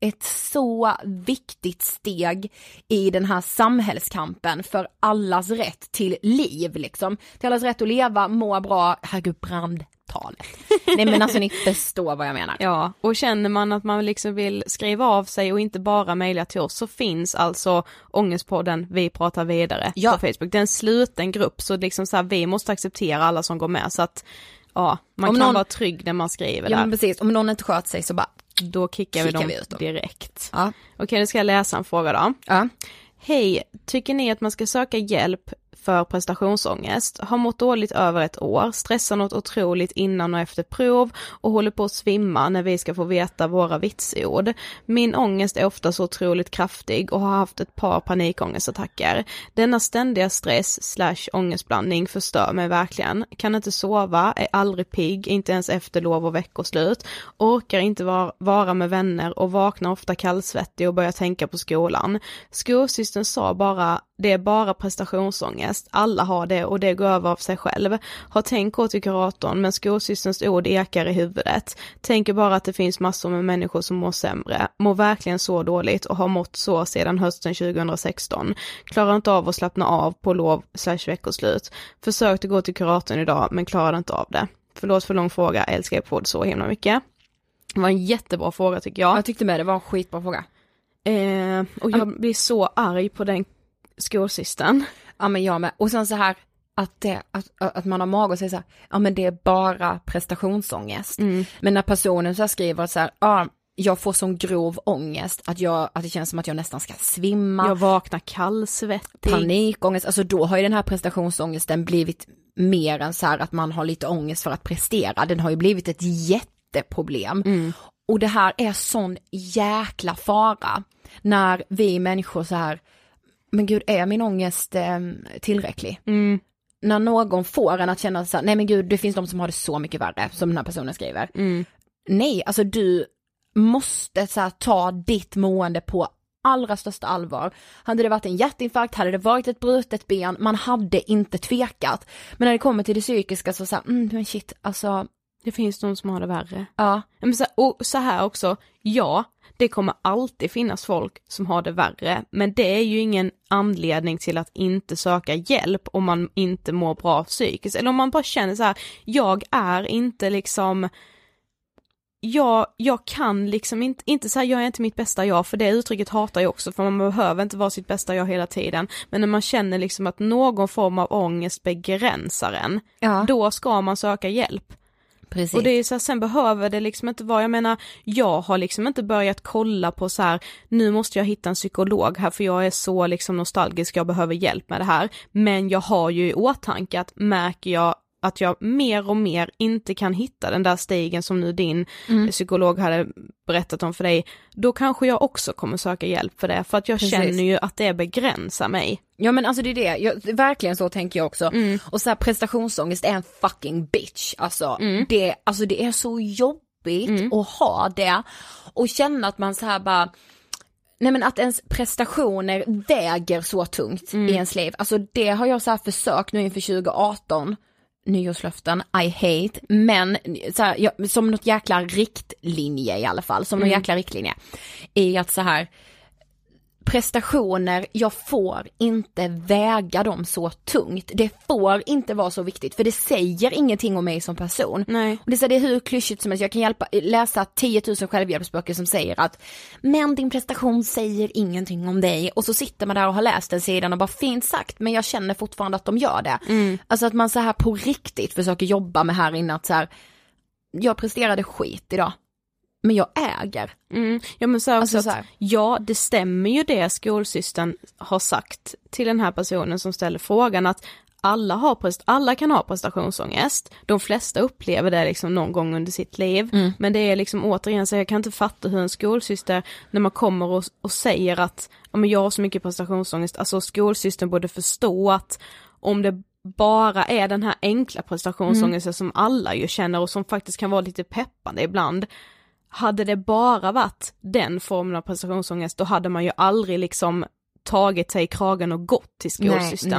ett så viktigt steg i den här samhällskampen för allas rätt till liv liksom. Till allas rätt att leva, må bra, herregud brandtalet. Nej men alltså ni förstår vad jag menar.
Ja, och känner man att man liksom vill skriva av sig och inte bara mejla till oss, så finns alltså Ångestpodden Vi pratar vidare ja. på Facebook. Det är en sluten grupp, så liksom så här, vi måste acceptera alla som går med, så att ja, man om kan någon... vara trygg när man skriver
ja,
där.
Men precis, om någon inte sköter sig så bara
då kickar, kickar vi dem, vi ut dem direkt. Ja. Okej, då ska jag läsa en fråga då.
Ja.
Hej, tycker ni att man ska söka hjälp för prestationsångest? Har mått dåligt över ett år, stressar något otroligt innan och efter prov och håller på att svimma när vi ska få veta våra vitsord. Min ångest är ofta så otroligt kraftig och har haft ett par panikångestattacker. Denna ständiga stress slash ångestblandning förstör mig verkligen. Kan inte sova, är aldrig pigg, inte ens efter lov och veckoslut. Orkar inte var, vara med vänner och vaknar ofta kallsvettig och börjar tänka på skolan. Skolsystern sa bara, det är bara prestationsångest. Alla har det och det går över av sig själv. Har tänkt gå till kuratorn, men skolsysterns ord ekar i huvudet. Tänker bara att det finns massor med människor som mår sämre. Mår verkligen så dåligt och har mått så sedan hösten tjugohundrasexton. Klarar inte av att slappna av på lov slash veckoslut. Försökte gå till kuratorn idag men klarade inte av det. Förlåt för lång fråga, älskar er podd så himla mycket. Det var en jättebra fråga tycker jag.
Jag tyckte med det var en skitbra fråga.
Eh, och jag um, blir så arg på den skolsystern.
Ja men jag med. Och sen så här att, det, att, att man har mag och säger så här, ja men det är bara prestationsångest. Mm. Men när personen så här skriver så här, ja jag får sån grov ångest att, jag, att det känns som att jag nästan ska svimma.
Jag vaknar kallsvettig.
Panikångest, alltså då har ju den här prestationsångesten blivit mer än så här att man har lite ångest för att prestera. Den har ju blivit ett jätteproblem. Mm. Och det här är sån jäkla fara när vi människor så här, men gud, är min ångest eh, tillräcklig?
Mm.
När någon får en att känna så här, nej men gud, det finns de som har det så mycket värre, som den här personen skriver.
Mm.
Nej, alltså du måste så här, ta ditt mående på allra största allvar. Hade det varit en hjärtinfarkt, hade det varit ett brutet ben, man hade inte tvekat. Men när det kommer till det psykiska så så här, mm, men shit, alltså
det finns de som har det värre.
Ja.
Men så, och så här också, ja, det kommer alltid finnas folk som har det värre. Men det är ju ingen anledning till att inte söka hjälp om man inte mår bra psykiskt. Eller om man bara känner så här, jag är inte liksom, jag, jag kan liksom inte, inte så här, jag är inte mitt bästa jag, för det uttrycket hatar jag också, för man behöver inte vara sitt bästa jag hela tiden. Men när man känner liksom att någon form av ångest begränsar en,
ja.
Då ska man söka hjälp.
Precis.
Och det är så här, sen behöver det liksom inte vara, jag menar, jag har liksom inte börjat kolla på så här, nu måste jag hitta en psykolog här för jag är så liksom nostalgisk, jag behöver hjälp med det här. Men jag har ju i åtanke att märker jag att jag mer och mer inte kan hitta den där stigen som nu din mm. psykolog hade berättat om för dig, då kanske jag också kommer söka hjälp för det, för att jag Precis. känner ju att det begränsar mig.
Ja men alltså det är det, jag, verkligen så tänker jag också. Mm. Och så här, prestationsångest är en fucking bitch, alltså, mm. det, alltså det är så jobbigt mm. att ha det och känna att man så här bara, nej men att ens prestationer väger så tungt mm. i ens liv, alltså det har jag så här försökt nu inför tjugo arton, nyårslöften, I hate, men så här, jag, som något jäkla riktlinje i alla fall, som mm. någon jäkla riktlinje är att så här, prestationer, jag får inte väga dem så tungt. Det får inte vara så viktigt, för det säger ingenting om mig som person.
Nej.
Och det, så det är hur klyschigt som helst. Jag kan hjälpa, läsa tio tusen självhjälpsböcker som säger att men din prestation säger ingenting om dig. Och så sitter man där och har läst den sidan och bara fint sagt, men jag känner fortfarande att de gör det.
Mm.
Alltså att man så här på riktigt försöker jobba med här inne att så här, jag presterade skit idag, men jag äger.
Mm. Ja, men så här,
alltså,
så
så
att,
här.
ja, det stämmer ju det skolsystern har sagt till den här personen som ställer frågan, att alla, har prest- alla kan ha prestationsångest. De flesta upplever det liksom någon gång under sitt liv.
Mm.
Men det är liksom återigen så jag kan inte fatta hur en skolsyster, när man kommer och, och säger att ja, men jag har så mycket prestationsångest, alltså skolsystern borde förstå att om det bara är den här enkla prestationsångesten mm. som alla ju känner och som faktiskt kan vara lite peppande ibland. Hade det bara varit den formen av prestationsångest, då hade man ju aldrig liksom tagit sig i kragen och gått till skolsystern.
Nej, nej.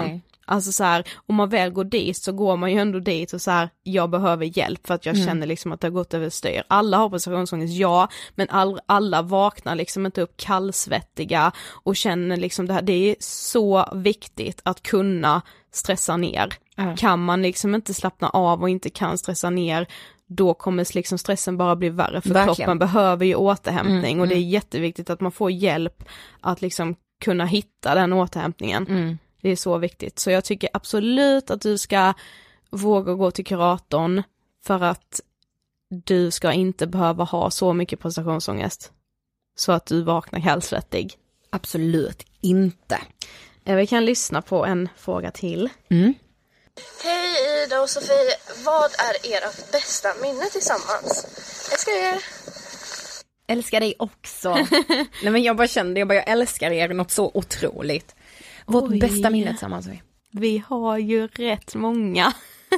Alltså så här, om man väl går dit så går man ju ändå dit och så här, jag behöver hjälp för att jag mm. känner liksom att det har gått över styr. Alla har prestationsångest, ja, men all, alla vaknar liksom inte upp kallsvettiga och känner liksom det här. Det är så viktigt att kunna stressa ner. Mm. Kan man liksom inte slappna av och inte kan stressa ner, då kommer liksom stressen bara bli värre, för Verkligen. kroppen behöver ju återhämtning mm, och det är jätteviktigt att man får hjälp att liksom kunna hitta den återhämtningen. Mm. Det är så viktigt. Så jag tycker absolut att du ska våga gå till kuratorn, för att du ska inte behöva ha så mycket prestationsångest så att du vaknar kallsvettig.
Absolut inte.
Vi kan lyssna på en fråga till.
Mm.
Hej Ida och Sofie, vad är ert bästa minne tillsammans? Älskar er!
Älskar dig också. Nej, men jag bara kände, jag bara jag älskar er något så otroligt. Vårt Oj. bästa minne tillsammans.
Vi har ju rätt många.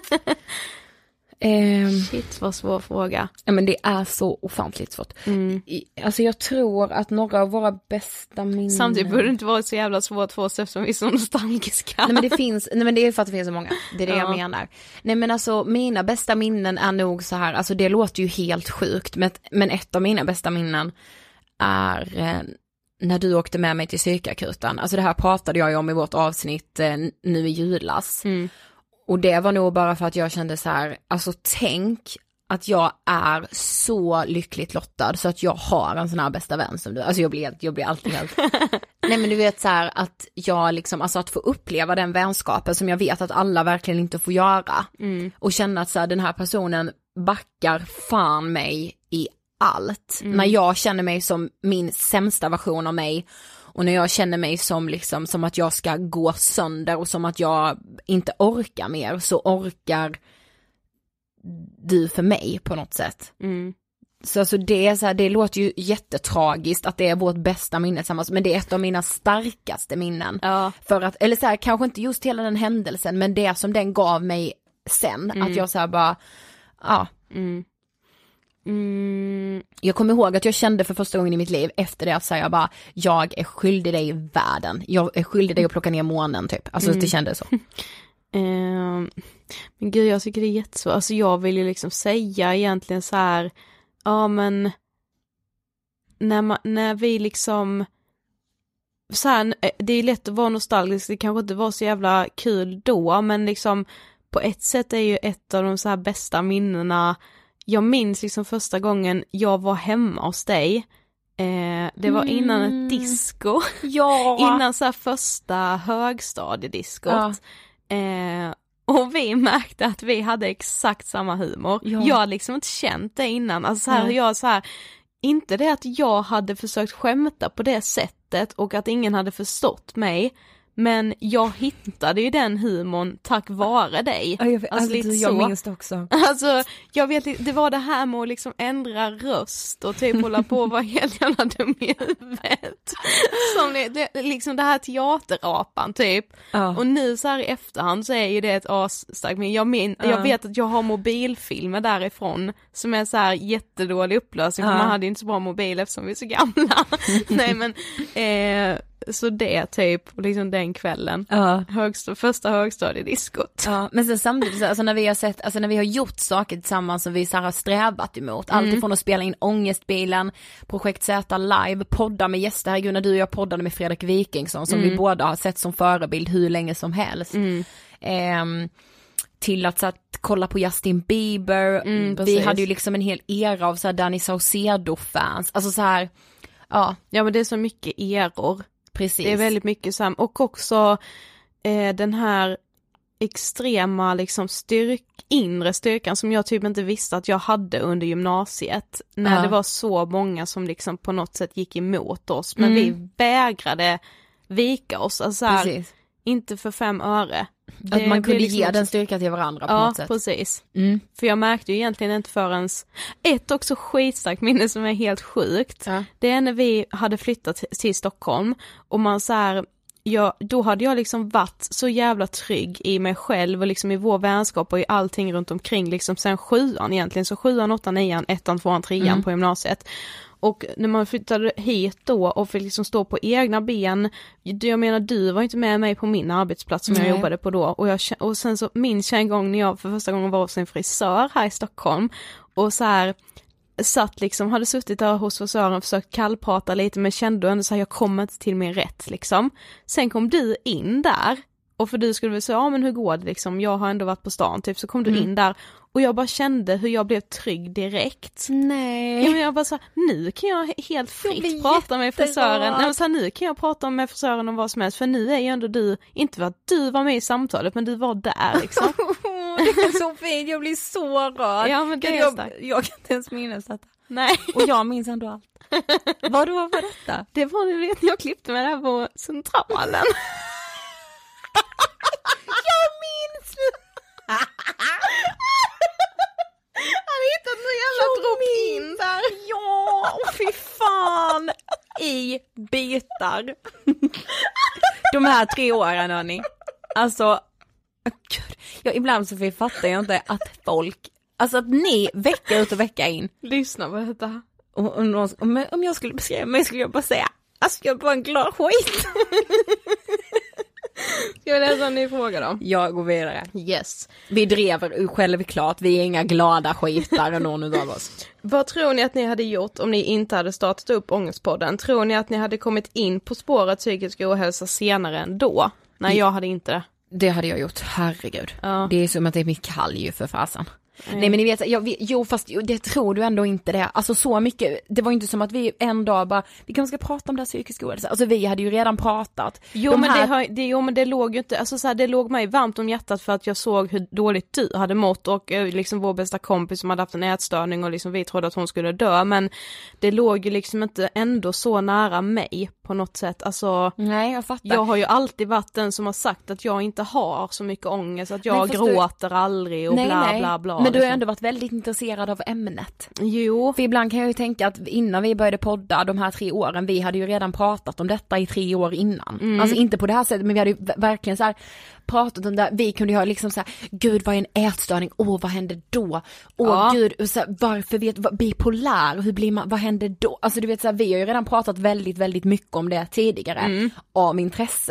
um,
Shit, vad svår fråga.
Ja, men det är så ofantligt svårt.
Mm.
Alltså jag tror att några av våra bästa minnen...
Samtidigt borde det inte vara så jävla svårt för oss eftersom vi är så nostalgiska.
Nej, men det finns, nej men det är för att det finns så många. Det är det ja. jag menar. Nej, men alltså mina bästa minnen är nog så här, alltså det låter ju helt sjukt, men, men ett av mina bästa minnen är eh, när du åkte med mig till psykakuten. Alltså det här pratade jag ju om i vårt avsnitt eh, nu i julas.
Mm.
Och det var nog bara för att jag kände så här, alltså tänk att jag är så lyckligt lottad så att jag har en sån här bästa vän som du. Alltså jag blir, jag blir alltid helt... Nej, men du vet så här att jag liksom, alltså att få uppleva den vänskapen som jag vet att alla verkligen inte får göra.
Mm.
Och känna att så här, den här personen backar fan mig i allt.
Mm.
När jag känner mig som min sämsta version av mig. Och när jag känner mig som liksom som att jag ska gå sönder och som att jag inte orkar mer, så orkar du för mig på något sätt.
Mm.
Så alltså det är så här, det låter ju jättetragiskt att det är vårt bästa minne tillsammans, men det är ett av mina starkaste minnen.
Ja.
För att, eller så här, kanske inte just hela den händelsen, men det som den gav mig sen,
Mm.
att jag så här bara, ja.
Mm. Mm.
Jag kommer ihåg att jag kände för första gången i mitt liv efter det att säga jag bara, jag är skyldig dig världen. Jag är skyldig dig att plocka ner månen typ. Alltså
Mm.
det kändes så.
Um, men gud, jag tycker det är jättesvårt. Alltså jag vill ju liksom säga egentligen så här, ja men när, man, när vi liksom så här, det är lätt att vara nostalgisk, det kanske inte var så jävla kul då, men liksom på ett sätt är ju ett av de så här bästa minnena. Jag minns liksom första gången jag var hemma hos dig. Eh, det var innan
Mm.
ett disco.
Ja.
Innan så här första högstadiediskot.
Ja.
Eh, och vi märkte att vi hade exakt samma humor.
Ja.
Jag hade liksom inte känt det innan. Alltså så här,
Nej.
jag så här, inte det att jag hade försökt skämta på det sättet och att ingen hade förstått mig. Men jag hittade ju den humorn tack vare dig.
Ja, jag, vet,
alltså,
alltså,
lite
jag
så.
minns det också.
Alltså, jag vet, det var det här med att liksom ändra röst och typ hålla på och vara helt jävla dum i huvudet. Som det, det, liksom det här teaterapan typ.
Ja.
Och nu så här i efterhand så är ju det ett asstarkt, men jag, min,
Ja.
jag vet att jag har mobilfilmer därifrån som är så här jättedålig upplösning, för
Ja.
man hade inte så bra mobil eftersom vi är så gamla. Nej men, eh, så det typ, och liksom den kvällen.
Ja.
Högst, första högstadiediskot.
Ja, men sen samtidigt, alltså när vi har sett, alltså när vi har gjort saker tillsammans som vi så här har strävat emot,
Mm.
allt ifrån att spela in Ångestbilen, Projekt Z live, podda med gäster, herregud när du och jag poddade med Fredrik Wikingsson som
Mm.
vi båda har sett som förebild hur länge som helst.
Mm.
Ehm, till att, så att kolla på Justin Bieber,
Mm,
vi
precis.
hade ju liksom en hel era av så här Danny Saucedo-fans, alltså så här, ja.
Ja men det är så mycket eror.
Precis.
Det är väldigt mycket så här, och också eh, den här extrema liksom styrk, inre styrkan som jag typ inte visste att jag hade under gymnasiet. När
Ja.
det var så många som liksom på något sätt gick emot oss. Men
Mm.
vi vägrade vika oss. Alltså så här,
Precis.
inte för fem öre.
Att
Det
man
blir
kunde
liksom
ge
också-
den styrka till varandra på
Ja,
något sätt.
precis.
Mm.
För jag märkte ju egentligen inte förrän ett också skitstarkt minne som är helt sjukt.
Ja.
Det är när vi hade flyttat till, till Stockholm och man så här, jag, då hade jag liksom varit så jävla trygg i mig själv och liksom i vår vänskap och i allting runt omkring liksom sen sjuan egentligen, så sjuan, åttan, nian, ettan, tvåan, trean mm. på gymnasiet. Och när man flyttade hit då och fick liksom stå på egna ben, jag menar du var inte med mig på min arbetsplats som Nej. jag jobbade på då, och, jag, och sen så minns jag en gång när jag för första gången var hos en frisör här i Stockholm och så här satt liksom, hade suttit där hos frisören, försökt kallprata lite men kände ändå så här, jag kommer inte till min rätt liksom. Sen kom du in där och för du skulle väl säga, ja men hur går det liksom, jag har ändå varit på stan typ, så kom du mm. in där och jag bara kände hur jag blev trygg direkt.
Nej.
Ja, men jag bara så nu kan jag helt fritt prata med frisören. Nej, men så här, nu kan jag prata med frisören om vad som helst, för nu är ju ändå du, inte för att du var med i samtalet, men du var där liksom.
Det är så fint, jag blir så rörd.
Ja, men det är
jag, jag kan inte ens minnas detta.
Nej.
Och jag minns ändå allt. Vad då var detta?
Det var det, vet jag klippte med det här på Centralen.
Jag minns!
Han hittade någon jävla drop in där.
Ja, fy fan. I bitar. De här tre åren, hörni. Alltså, gud. Jag, ibland så fattar jag inte att folk, alltså att ni vecka ut och vecka in.
Lyssna på detta.
Och, och, och, om, om jag skulle beskriva mig skulle jag bara säga, alltså jag är bara en glad skit.
Ska jag läsa en ny fråga då?
Jag går vidare.
Yes.
Vi drev självklart, vi är inga glada skitar någon av oss.
Vad tror ni att ni hade gjort om ni inte hade startat upp Ångestpodden? Tror ni att ni hade kommit in på spåret psykisk ohälsa senare än då? Nej, jag hade inte det.
Det hade jag gjort, herregud. Ja. Det är som att det är mitt kall ju för fasen.
Mm.
Nej men ni vet, jag, jo fast det tror du ändå inte det. Alltså så mycket, det var inte som att vi en dag bara, vi kanske ska prata om det här psykisk ohälsa. Alltså vi hade ju redan pratat.
Jo, De men, här... det, har, det, jo men det låg ju inte, alltså så här, det låg mig varmt om hjärtat för att jag såg hur dåligt du hade mått och liksom vår bästa kompis som hade haft en ätstörning och liksom vi trodde att hon skulle dö, men det låg ju liksom inte ändå så nära mig på något sätt. Alltså,
nej, jag fattar.
Jag har ju alltid varit den som har sagt att jag inte har så mycket ångest, att jag nej, gråter du... aldrig och nej, bla
nej.
bla bla.
Men du har ändå varit väldigt intresserad av ämnet.
Jo.
För ibland kan jag ju tänka att innan vi började podda de här tre åren, vi hade ju redan pratat om detta i tre år innan. Mm. Alltså inte på det här sättet, men vi hade ju verkligen så här pratat om det. Vi kunde ju ha liksom så här, gud vad är en ätstörning? Åh, vad händer då? Åh ja. gud, så här, varför vet vad, bipolär? Hur blir man, vad händer då? Alltså du vet så här, vi har ju redan pratat väldigt, väldigt mycket om det tidigare mm. av intresse.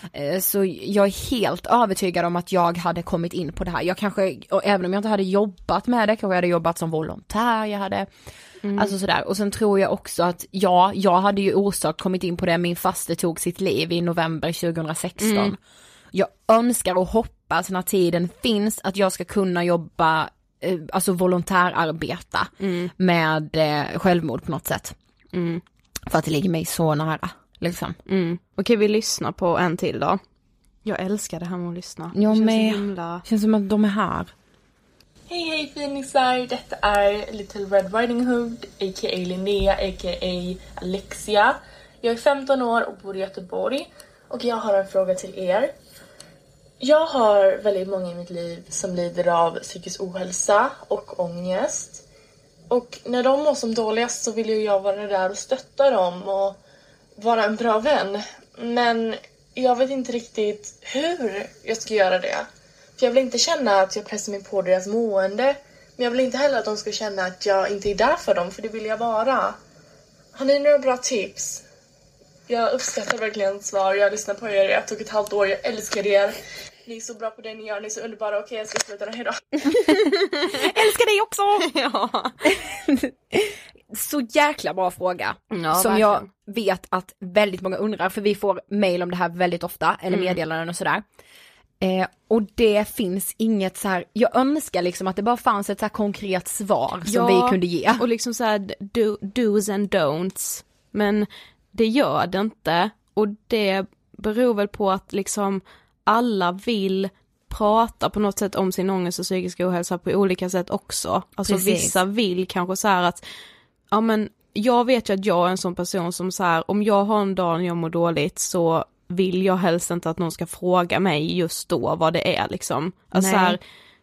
Så jag är helt övertygad om att jag hade kommit in på det här. Jag kanske, och även om jag inte hade jobbat med det, kanske jag hade jobbat som volontär, jag hade mm. alltså sådär. Och sen tror jag också att ja, jag hade ju orsak kommit in på det. Min faste tog sitt liv i november tjugohundrasexton. Mm. Jag önskar och hoppas när tiden finns att jag ska kunna jobba, eh, alltså volontärarbeta mm. med eh, självmord på något sätt. Mm. För att det ligger mig så nära, liksom.
Mm. Okej, vi lyssnar på en till då. Jag älskar det här med att lyssna.
Jag
det
med.
Känns himla...
känns som att de är här.
Hej hej finisar, detta är Little Red Riding Hood, a k a. Linnea, a k a. Alexia. Jag är femton år och bor i Göteborg och jag har en fråga till er. Jag har väldigt många i mitt liv som lider av psykisk ohälsa och ångest. Och när de mår som dåligast så vill ju jag vara där och stötta dem och vara en bra vän. Men jag vet inte riktigt hur jag ska göra det. För jag vill inte känna att jag pressar mig på deras mående. Men jag vill inte heller att de ska känna att jag inte är där för dem, för det vill jag vara. Har ni några bra tips? Jag uppskattar verkligen svar. Jag har lyssnat på er i ett och ett halvt år. Jag älskar er. Ni är så bra på det ni gör. Ni är så underbara. Okej, jag ska sluta det. Hejdå.
Älskar dig också.
Ja.
Så jäkla bra fråga.
Ja,
som
verkligen.
jag vet att väldigt många undrar. För vi får mejl om det här väldigt ofta. Eller
Mm.
meddelanden och sådär. Eh, och det finns inget så här. Jag önskar liksom att det bara fanns ett så här konkret svar som
ja,
vi kunde ge.
Och liksom så här do, do's and don'ts. Men det gör det inte. Och det beror väl på att liksom alla vill prata på något sätt om sin ångest och psykiska ohälsa på olika sätt också. Alltså
Precis.
vissa vill kanske så här att ja men jag vet ju att jag är en sån person som så här, om jag har en dag när jag mår dåligt så vill jag helst inte att någon ska fråga mig just då vad det är liksom. Alltså så här,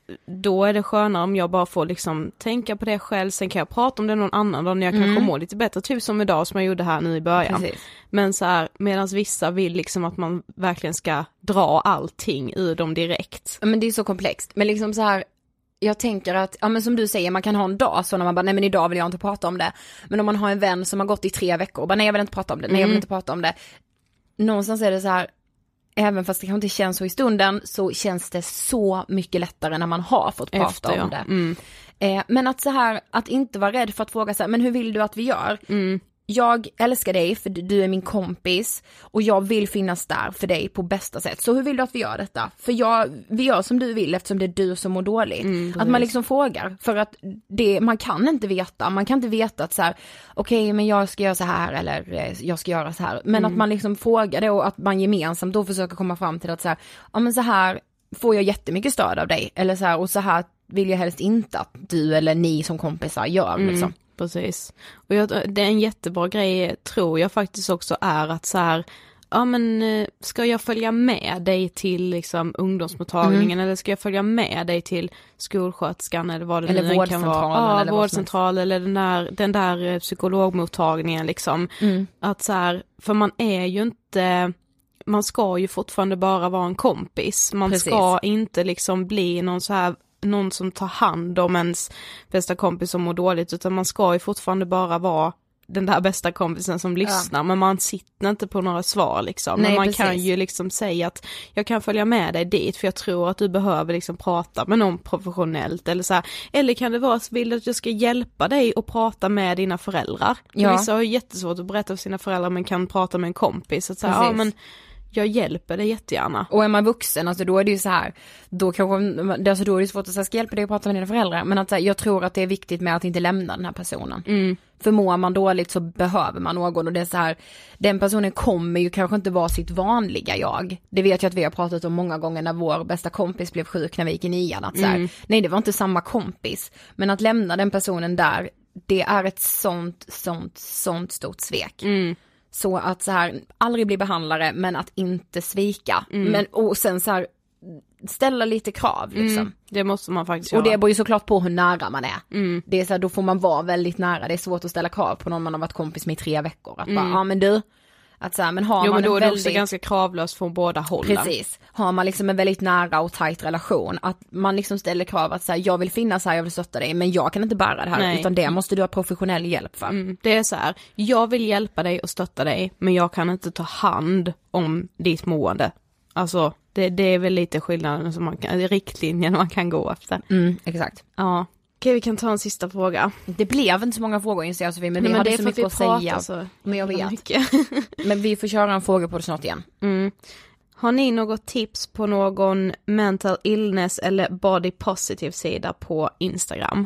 då är det skönare om jag bara får liksom tänka på det själv. Sen kan jag prata om det någon annan dag när jag mm. kanske mår lite bättre. Typ som idag som jag gjorde här nu i början. Precis. Men så här, medan vissa vill liksom att man verkligen ska dra allting ur dem direkt.
Men det är så komplext. Men liksom så här, jag tänker att, ja men som du säger, man kan ha en dag så när man bara, nej men idag vill jag inte prata om det. Men om man har en vän som har gått i tre veckor och bara, nej jag vill inte prata om det, nej jag vill inte prata om det. Någonstans är det så här, även fast det kanske inte känns så i stunden, så känns det så mycket lättare när man har fått prata Efter, om ja. det. Mm. Eh, men att så här, att inte vara rädd för att fråga så här, men hur vill du att vi gör? Mm. Jag älskar dig för du är min kompis och jag vill finnas där för dig på bästa sätt. Så hur vill du att vi gör detta? För jag, vi gör som du vill eftersom det är du som mår dåligt. Mm, att man liksom frågar. För att det, man kan inte veta. Man kan inte veta att så här, okej okay, men jag ska göra så här eller jag ska göra så här. Men mm. att man liksom frågar det och att man gemensamt då försöker komma fram till att så här, ja men så här får jag jättemycket stöd av dig. Eller så här, och så här vill jag helst inte att du eller ni som kompisar gör mm. liksom.
Precis. Och jag, det är en jättebra grej tror jag faktiskt också är att så här, ja men ska jag följa med dig till liksom ungdomsmottagningen mm. eller ska jag följa med dig till skolsköterskan eller vad det
eller
nu kan vara. Ja,
eller
vårdcentral eller den där, den där psykologmottagningen liksom. Mm. Att så här, för man är ju inte, man ska ju fortfarande bara vara en kompis. Man Precis. ska inte liksom bli någon så här någon som tar hand om ens bästa kompis som mår dåligt, utan man ska ju fortfarande bara vara den där bästa kompisen som lyssnar, ja. men man sitter inte på några svar liksom. Nej, men man precis. kan ju liksom säga att jag kan följa med dig dit för jag tror att du behöver liksom prata med någon professionellt eller så här. Eller kan det vara så vill att jag ska hjälpa dig och prata med dina föräldrar. Ja. Vissa har ju jättesvårt att berätta för sina föräldrar men kan prata med en kompis att så här, ja men jag hjälper dig jättegärna.
Och är man vuxen, alltså då är det ju så här, då kanske, alltså då är det svårt att säga, ska hjälpa dig att prata med dina föräldrar. Men att jag tror att det är viktigt med att inte lämna den här personen. Mm. För mår man dåligt så behöver man någon. Och det är så här, den personen kommer ju kanske inte vara sitt vanliga jag. Det vet jag att vi har pratat om många gånger när vår bästa kompis blev sjuk när vi gick i nian. Att så här, mm. nej det var inte samma kompis. Men att lämna den personen där, det är ett sånt, sånt, sånt stort svek. Mm. Så att så här, aldrig bli behandlare men att inte svika. Mm. Men, och sen så här, ställa lite krav liksom. Mm,
det måste man faktiskt
och
göra.
Och det beror ju såklart på hur nära man är. Mm. Det är så här, då får man vara väldigt nära. Det är svårt att ställa krav på någon man har varit kompis med i tre veckor. Att mm. bara, ja men du, att så här, men har
jo,
man
men då
en
är det
väldigt...
också ganska kravlöst från båda hållen.
Precis. Har man liksom en väldigt nära och tajt relation, att man liksom ställer krav att så här, jag vill finnas här, jag vill stötta dig, men jag kan inte bära det här. Nej. Utan det måste du ha professionell hjälp för. Mm.
Det är så här, jag vill hjälpa dig och stötta dig, men jag kan inte ta hand om ditt mående. Alltså, det, det är väl lite skillnaden som man kan, riktlinjen man kan gå efter.
Mm, exakt.
Ja. Okej, vi kan ta en sista fråga.
Det blev inte så många frågor inser jag, Sofie, men vi Nej, hade så mycket att säga. Så men jag vet. Men vi får köra en fråga på det snart igen.
Mm. Har ni något tips på någon mental illness eller body positive sida på Instagram?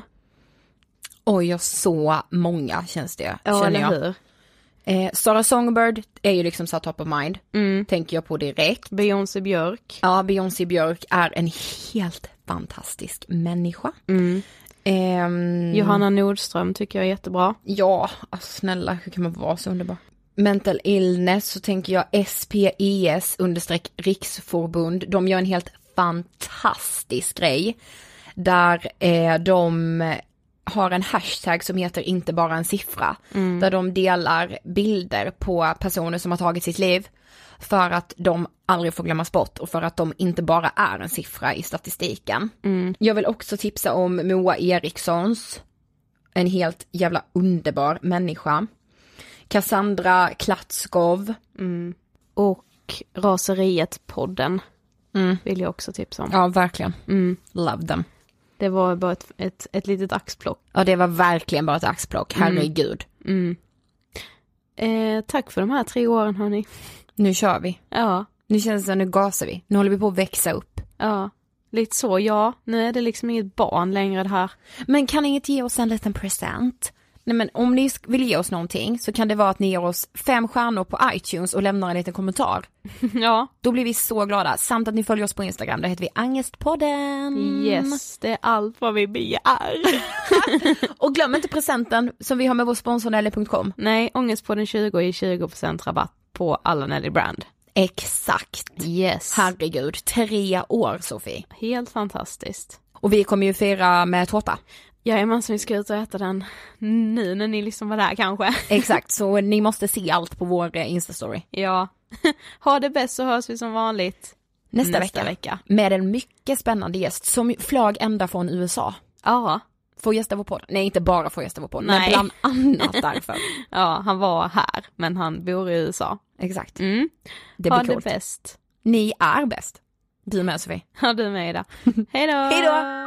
Oj, jag så många känns det.
Ja, känner jag. Hur?
Eh, Sarah Songbird är ju liksom så top of mind. Mm. Tänker jag på direkt.
Beyoncé Björk.
Ja, Beyoncé Björk är en helt fantastisk människa.
Mm. Um, Johanna Nordström tycker jag är jättebra.
Ja, alltså, snälla, hur kan man vara så underbar? Mental illness så tänker jag S P E S understreck riksförbund. De gör en helt fantastisk grej. Där eh, de har en hashtag som heter inte bara en siffra. Mm. Där de delar bilder på personer som har tagit sitt liv. För att de aldrig får glömmas bort och för att de inte bara är en siffra i statistiken. Mm. Jag vill också tipsa om Moa Erikssons, en helt jävla underbar människa. Cassandra Klatskov.
Mm. Och Raseriet-podden mm. vill jag också tipsa om.
Ja, verkligen.
Mm.
Love them.
Det var bara ett, ett, ett litet axplock.
Ja, det var verkligen bara ett axplock. Herregud.
Mm. Mm. Eh, tack för de här tre åren, hörni.
Nu kör vi.
Ja.
Nu känns det som nu gasar vi. Nu håller vi på att växa upp.
Ja, lite så. Ja, nu är det liksom inget barn längre det här.
Men kan ni inte ge oss en liten present? Nej, men om ni vill ge oss någonting så kan det vara att ni ger oss fem stjärnor på iTunes och lämnar en liten kommentar.
Ja.
Då blir vi så glada. Samt att ni följer oss på Instagram. Där heter vi Angestpodden.
Yes, det är allt vad vi begär.
Och glöm inte presenten som vi har med vår sponsor Nelly punkt com.
Nej, Ångestpodden tjugo i tjugo procent rabatt på alla Nelly brand.
Exakt.
Yes.
Herregud, tre år Sofie.
Helt fantastiskt.
Och vi kommer ju fira med tårta.
Jajamän, så vi ska ut och äta den nu när ni liksom var där kanske.
Exakt, så ni måste se allt på vår Insta-story.
Ja, ha det bäst, så hörs vi som vanligt
nästa,
nästa
vecka.
vecka.
Med en mycket spännande gäst som flög ända från U S A.
Ja.
Får gästa vår podd. Nej, inte bara får gästa vår podd,
Nej.
men bland annat därför.
Ja, han var här, men han bor i U S A.
Exakt.
Mm.
Det
ha
blir coolt.
det bäst.
Ni är bäst. Du med, Sofie.
Ja, du med, Ida. Hej då!
Hej då!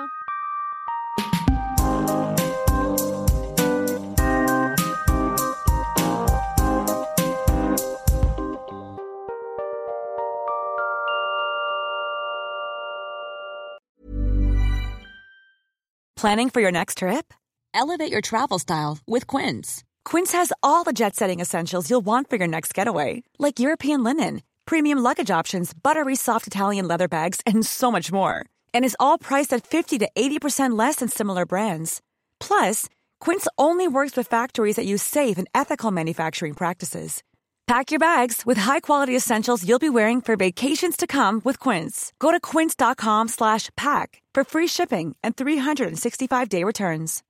Planning for your next trip? Elevate your travel style with Quince. Quince has all the jet-setting essentials you'll want for your next getaway, like European linen, premium luggage options, buttery soft Italian leather bags, and so much more. And is all priced at fifty to eighty percent less than similar brands. Plus, Quince only works with factories that use safe and ethical manufacturing practices. Pack your bags with high-quality essentials you'll be wearing for vacations to come with Quince. Go to quince.com slash pack for free shipping and three sixty-five day returns.